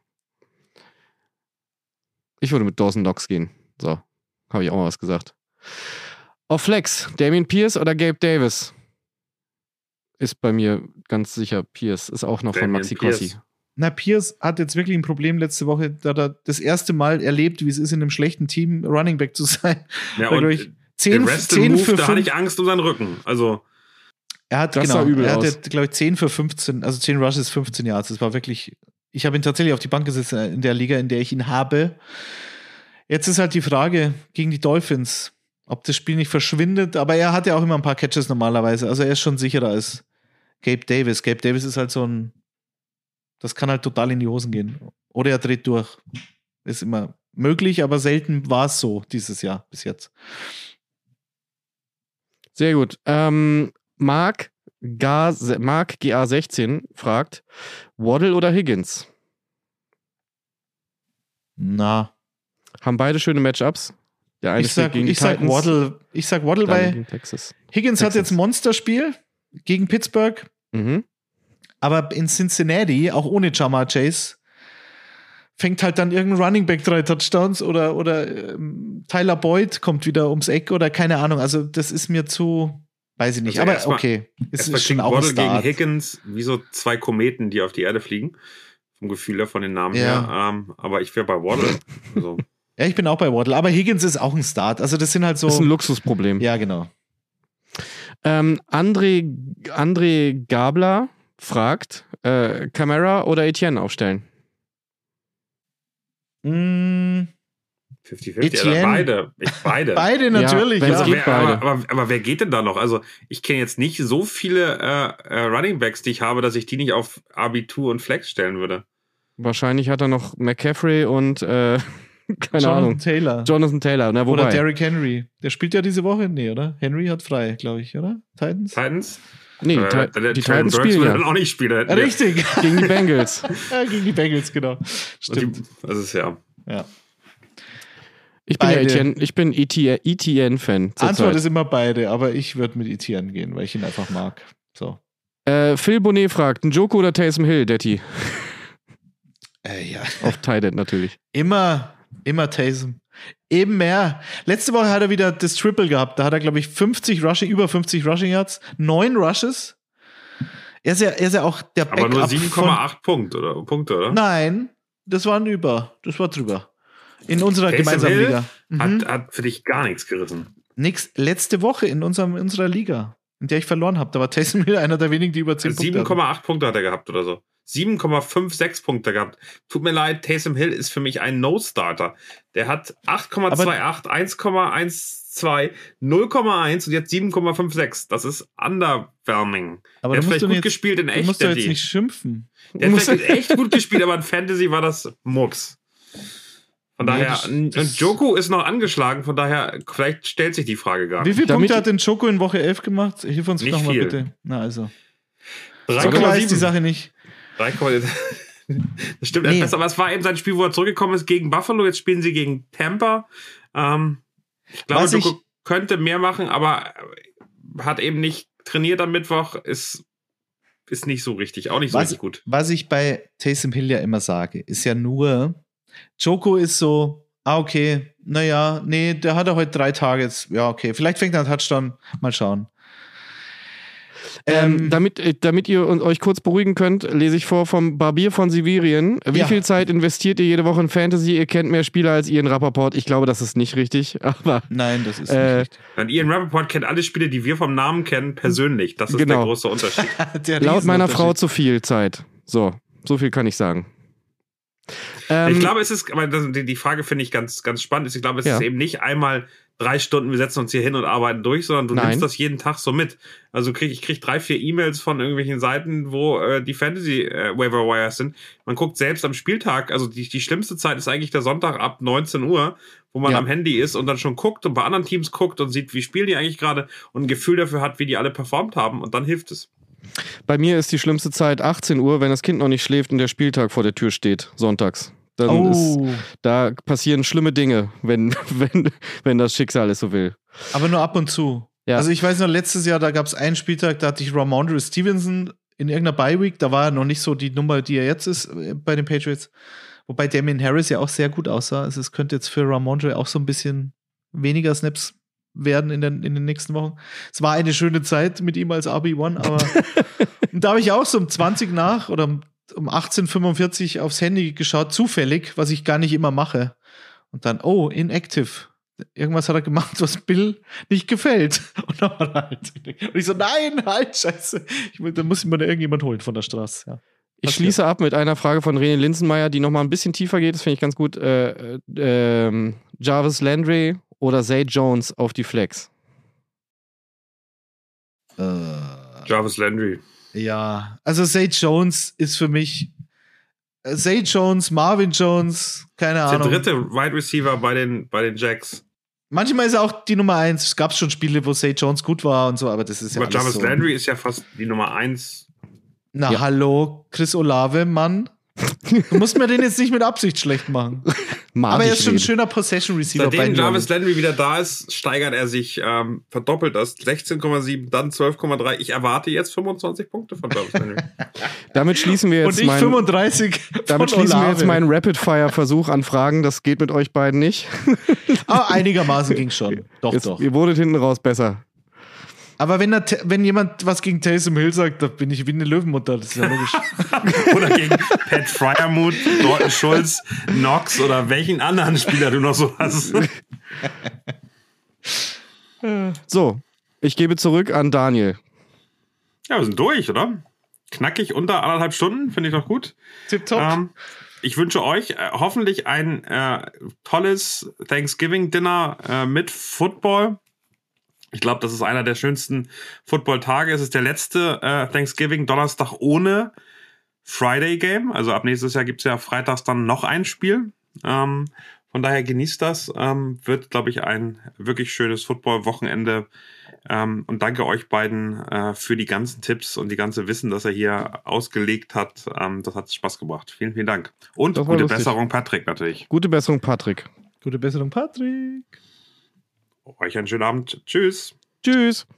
Ich würde mit Dawson Knox gehen. So, habe ich auch mal was gesagt. Auf Flex, Damian Pierce oder Gabe Davis? Ist bei mir ganz sicher Pierce. Ist auch noch von Damian Maxi Pierce. Kossi. Na, Pierce hat jetzt wirklich ein Problem letzte Woche, da er das erste Mal erlebt, wie es ist, in einem schlechten Team Running Back zu sein. Ja, Weil, und glaub ich, zehn, der Wrestle zehn Move, für da hatte fünf. ich Angst um seinen Rücken. Also, Er hat, Das genau, sah übel er aus. hatte, glaube ich, zehn für fünfzehn, also zehn Rushes, fünfzehn Yards. Das war wirklich, ich habe ihn tatsächlich auf die Bank gesetzt in der Liga, in der ich ihn habe. Jetzt ist halt die Frage gegen die Dolphins, ob das Spiel nicht verschwindet, aber er hat ja auch immer ein paar Catches normalerweise, also er ist schon sicherer als Gabe Davis. Gabe Davis ist halt so ein, das kann halt total in die Hosen gehen. Oder er dreht durch. Ist immer möglich, aber selten war es so dieses Jahr bis jetzt. Sehr gut. Ähm, Mark, G- Mark G A sechzehn fragt: Waddle oder Higgins? Na, Haben beide schöne Matchups. Der eine ich sag, steht gegen die ich sag Titans, Waddle, ich sag Waddle, der andere weil gegen Texas. Higgins hat Texans. jetzt ein Monsterspiel gegen Pittsburgh, Mhm. aber in Cincinnati, auch ohne Jamar Chase, fängt halt dann irgendein Running Back drei Touchdowns oder, oder ähm, Tyler Boyd kommt wieder ums Eck oder keine Ahnung. Also das ist mir zu, weiß ich nicht. Also aber erstmal- okay, es erstmal ist schon kriegen auch ein Waddle gegen Start. Higgins wie so zwei Kometen, die auf die Erde fliegen. vom Gefühl her, von den Namen Ja. her. Ähm, aber ich wäre bei Waddle. Also, Ja, ich bin auch bei Waddle, aber Higgins ist auch ein Start. Also das sind halt so. Das ist ein Luxusproblem. Ja, genau. Ähm, André, André Gabler fragt, äh, Camara oder Etienne aufstellen? Mm, fünfzig fünfzig, Etienne. ja, beide. Ich, beide. beide natürlich. wenn's Ja, geht, wer, beide. aber, aber, aber wer geht denn da noch? Also ich kenne jetzt nicht so viele äh, äh, Running Backs, die ich habe, dass ich die nicht auf R B zwei und Flex stellen würde. Wahrscheinlich hat er noch McCaffrey und äh, keine Jonathan Ahnung. Taylor. Jonathan Taylor. Na, wobei. Oder Derrick Henry. Der spielt ja diese Woche. Nee, oder? Henry hat frei, glaube ich, oder? Titans? Titans? nee, Äh, Ti- der die Terrence Titans Burks spielen würde ja dann auch nicht spielen. Ja, richtig. gegen die Bengals. Ja, gegen die Bengals, genau. Stimmt. Das ist ja. Ja. Ich bin ja Beide. Etienne, ich bin E T N-Fan. Antwort ist immer beide, aber ich würde mit Etienne gehen, weil ich ihn einfach mag. So. Äh, Phil Bonnet fragt, Njoku oder Taysom Hill, Detti? Äh, ja. Auf Tight End natürlich. Immer, immer Taysom. Eben mehr. Letzte Woche hat er wieder das Triple gehabt. Da hat er, glaube ich, fünfzig Rushing, über fünfzig Rushing Yards, neun Rushes. Er ist ja, er ist ja auch der Aber nur Backup sieben Komma acht Punkte, oder? Punkte, oder? Nein, das waren über. Das war drüber. In unserer Taysom gemeinsamen Hill Liga. Mhm. Hat, hat für dich gar nichts gerissen. Nix, letzte Woche in, unserem, in unserer Liga, in der ich verloren habe. Da war Taysom Hill einer der wenigen, die über zehn Punkte sieben hatten. Komma acht Punkte hat er gehabt oder so. sieben Komma fünfundsechzig Punkte gehabt. Tut mir leid, Taysom Hill ist für mich ein No-Starter. Der hat acht Komma achtundzwanzig, eins Komma zwölf, null Komma eins und jetzt sieben Komma fünfundsechzig. Das ist underwhelming. Aber der hat du musst vielleicht doch gut jetzt- gespielt in Du echt. musst doch der jetzt D. nicht schimpfen. Der hat vielleicht echt gut gespielt, aber in Fantasy war das Murks. Von Nee, daher, das- und das- Joko ist noch angeschlagen, von daher, vielleicht stellt sich die Frage gar Wie nicht. viele Damit- Punkte hat denn Joko in Woche elf gemacht? Hilf uns Nicht nochmal viel. bitte. Na also. drei So Komma klar ist die sieben. Sache nicht. drei Komma sieben. Das stimmt Nee. etwas, aber es war eben sein Spiel, wo er zurückgekommen ist gegen Buffalo. Jetzt spielen sie gegen Tampa. Ähm, ich glaube, Was ich- Joko könnte mehr machen, aber hat eben nicht trainiert am Mittwoch. Ist, ist nicht so richtig, auch nicht so Was, richtig gut. was ich bei Taysom Hill ja immer sage, ist ja nur, Joko ist so, ah, okay, naja, nee, der hat ja heute drei Targets. Ja, okay, vielleicht fängt er einen Touchdown. Mal schauen. Ähm, Ähm, damit, äh, damit ihr uns- euch kurz beruhigen könnt, lese ich vor vom Barbier von Sibirien. Wie Ja. viel Zeit investiert ihr jede Woche in Fantasy? Ihr kennt mehr Spieler als ihr in Rappaport. Ich glaube, das ist nicht richtig, aber Nein, das ist Äh, nicht Und Ian Rappaport kennt alle Spiele, die wir vom Namen kennen, persönlich. Das ist Genau. der große Unterschied. richtig. Der laut meiner Frau Riesenunterschied. zu viel Zeit. So, so viel kann ich sagen. Ähm, Ich glaube, es ist, aber das, die, die Frage finde ich ganz, ganz spannend. Ich glaube, es Ja. ist eben nicht einmal drei Stunden, wir setzen uns hier hin und arbeiten durch, sondern du Nein. nimmst das jeden Tag so mit. Also krieg, ich kriege drei, vier E-Mails von irgendwelchen Seiten, wo äh, die Fantasy äh, Waiver Wires sind. Man guckt selbst am Spieltag, also die, die schlimmste Zeit ist eigentlich der Sonntag ab neunzehn Uhr, wo man Ja. am Handy ist und dann schon guckt und bei anderen Teams guckt und sieht, wie spielen die eigentlich gerade und ein Gefühl dafür hat, wie die alle performt haben und dann hilft es. Bei mir ist die schlimmste Zeit achtzehn Uhr, wenn das Kind noch nicht schläft und der Spieltag vor der Tür steht, sonntags. Dann ist, Oh, da passieren schlimme Dinge, wenn, wenn, wenn das Schicksal es so will. aber nur ab und zu. Ja. Also ich weiß noch, letztes Jahr, da gab es einen Spieltag, da hatte ich Ramondre Stevenson in irgendeiner Bye-Week, da war er noch nicht so die Nummer, die er jetzt ist äh, bei den Patriots. Wobei Damien Harris ja auch sehr gut aussah. Also es könnte jetzt für Ramondre auch so ein bisschen weniger Snaps werden in den, in den nächsten Wochen. Es war eine schöne Zeit mit ihm als R B eins, aber und da habe ich auch so um zwanzig nach oder um, um achtzehn Uhr fünfundvierzig aufs Handy geschaut, zufällig, was ich gar nicht immer mache. Und dann, oh, inactive. Irgendwas hat er gemacht, was Bill nicht gefällt. Und dann war er halt. Und ich so, nein, halt, scheiße. Ich, dann muss ich mir da irgendjemand holen von der Straße. Ja. Ich Passiert. schließe ab mit einer Frage von René Linsenmeier, die nochmal ein bisschen tiefer geht. Das finde ich ganz gut. Äh, äh, ähm, Jarvis Landry oder Zay Jones auf die Flex? Äh, Jarvis Landry. ja, also Zay Jones ist für mich äh, Zay Jones, Marvin Jones, keine Der Ahnung. dritte Wide Receiver bei den, bei den Jacks. Manchmal ist er auch die Nummer eins. Es gab schon Spiele, wo Zay Jones gut war und so, aber das ist ja Aber alles Jarvis so. Landry ist ja fast die Nummer eins. Na, Ja. hallo, Chris Olave, Mann. Du musst mir den jetzt nicht mit Absicht schlecht machen. Mag aber er ich ist schon ein reden. schöner Possession Receiver. Seitdem bei Jarvis New Orleans. Landry wieder da ist, steigert er sich, ähm, verdoppelt das. sechzehn Komma sieben, dann zwölf Komma drei. Ich erwarte jetzt fünfundzwanzig Punkte von Jarvis Landry. Damit schließen wir Und jetzt ich mein, fünfunddreißig. damit von schließen wir Olave. jetzt meinen Rapid-Fire-Versuch an Fragen. Das geht mit euch beiden nicht. Aber einigermaßen ging schon. Doch, Jetzt, doch. Ihr wurdet hinten raus besser. Aber wenn, er, wenn jemand was gegen Taysom Hill sagt, da bin ich wie eine Löwenmutter, das ist ja logisch. Oder gegen Pat Fryermuth, Dalton Schulz, Knox oder welchen anderen Spieler du noch so hast. So, ich gebe zurück an Daniel. Ja, wir sind durch, oder? Knackig unter anderthalb Stunden, finde ich doch gut. Tipptopp. Ähm, ich wünsche euch äh, hoffentlich ein äh, tolles Thanksgiving-Dinner äh, mit Football. Ich glaube, das ist einer der schönsten Football-Tage. Es ist der letzte äh, Thanksgiving-Donnerstag ohne Friday-Game. Also ab nächstes Jahr gibt es ja freitags dann noch ein Spiel. Ähm, von daher genießt das. Ähm, wird, glaube ich, ein wirklich schönes Football-Wochenende. Ähm, und danke euch beiden äh, für die ganzen Tipps und die ganze Wissen, das er hier ausgelegt hat. Ähm, das hat Spaß gebracht. Vielen, vielen Dank. Und gute lustig. Besserung, Patrick, natürlich. Gute Besserung, Patrick. Gute Besserung, Patrick. Euch einen schönen Abend. Tschüss. Tschüss.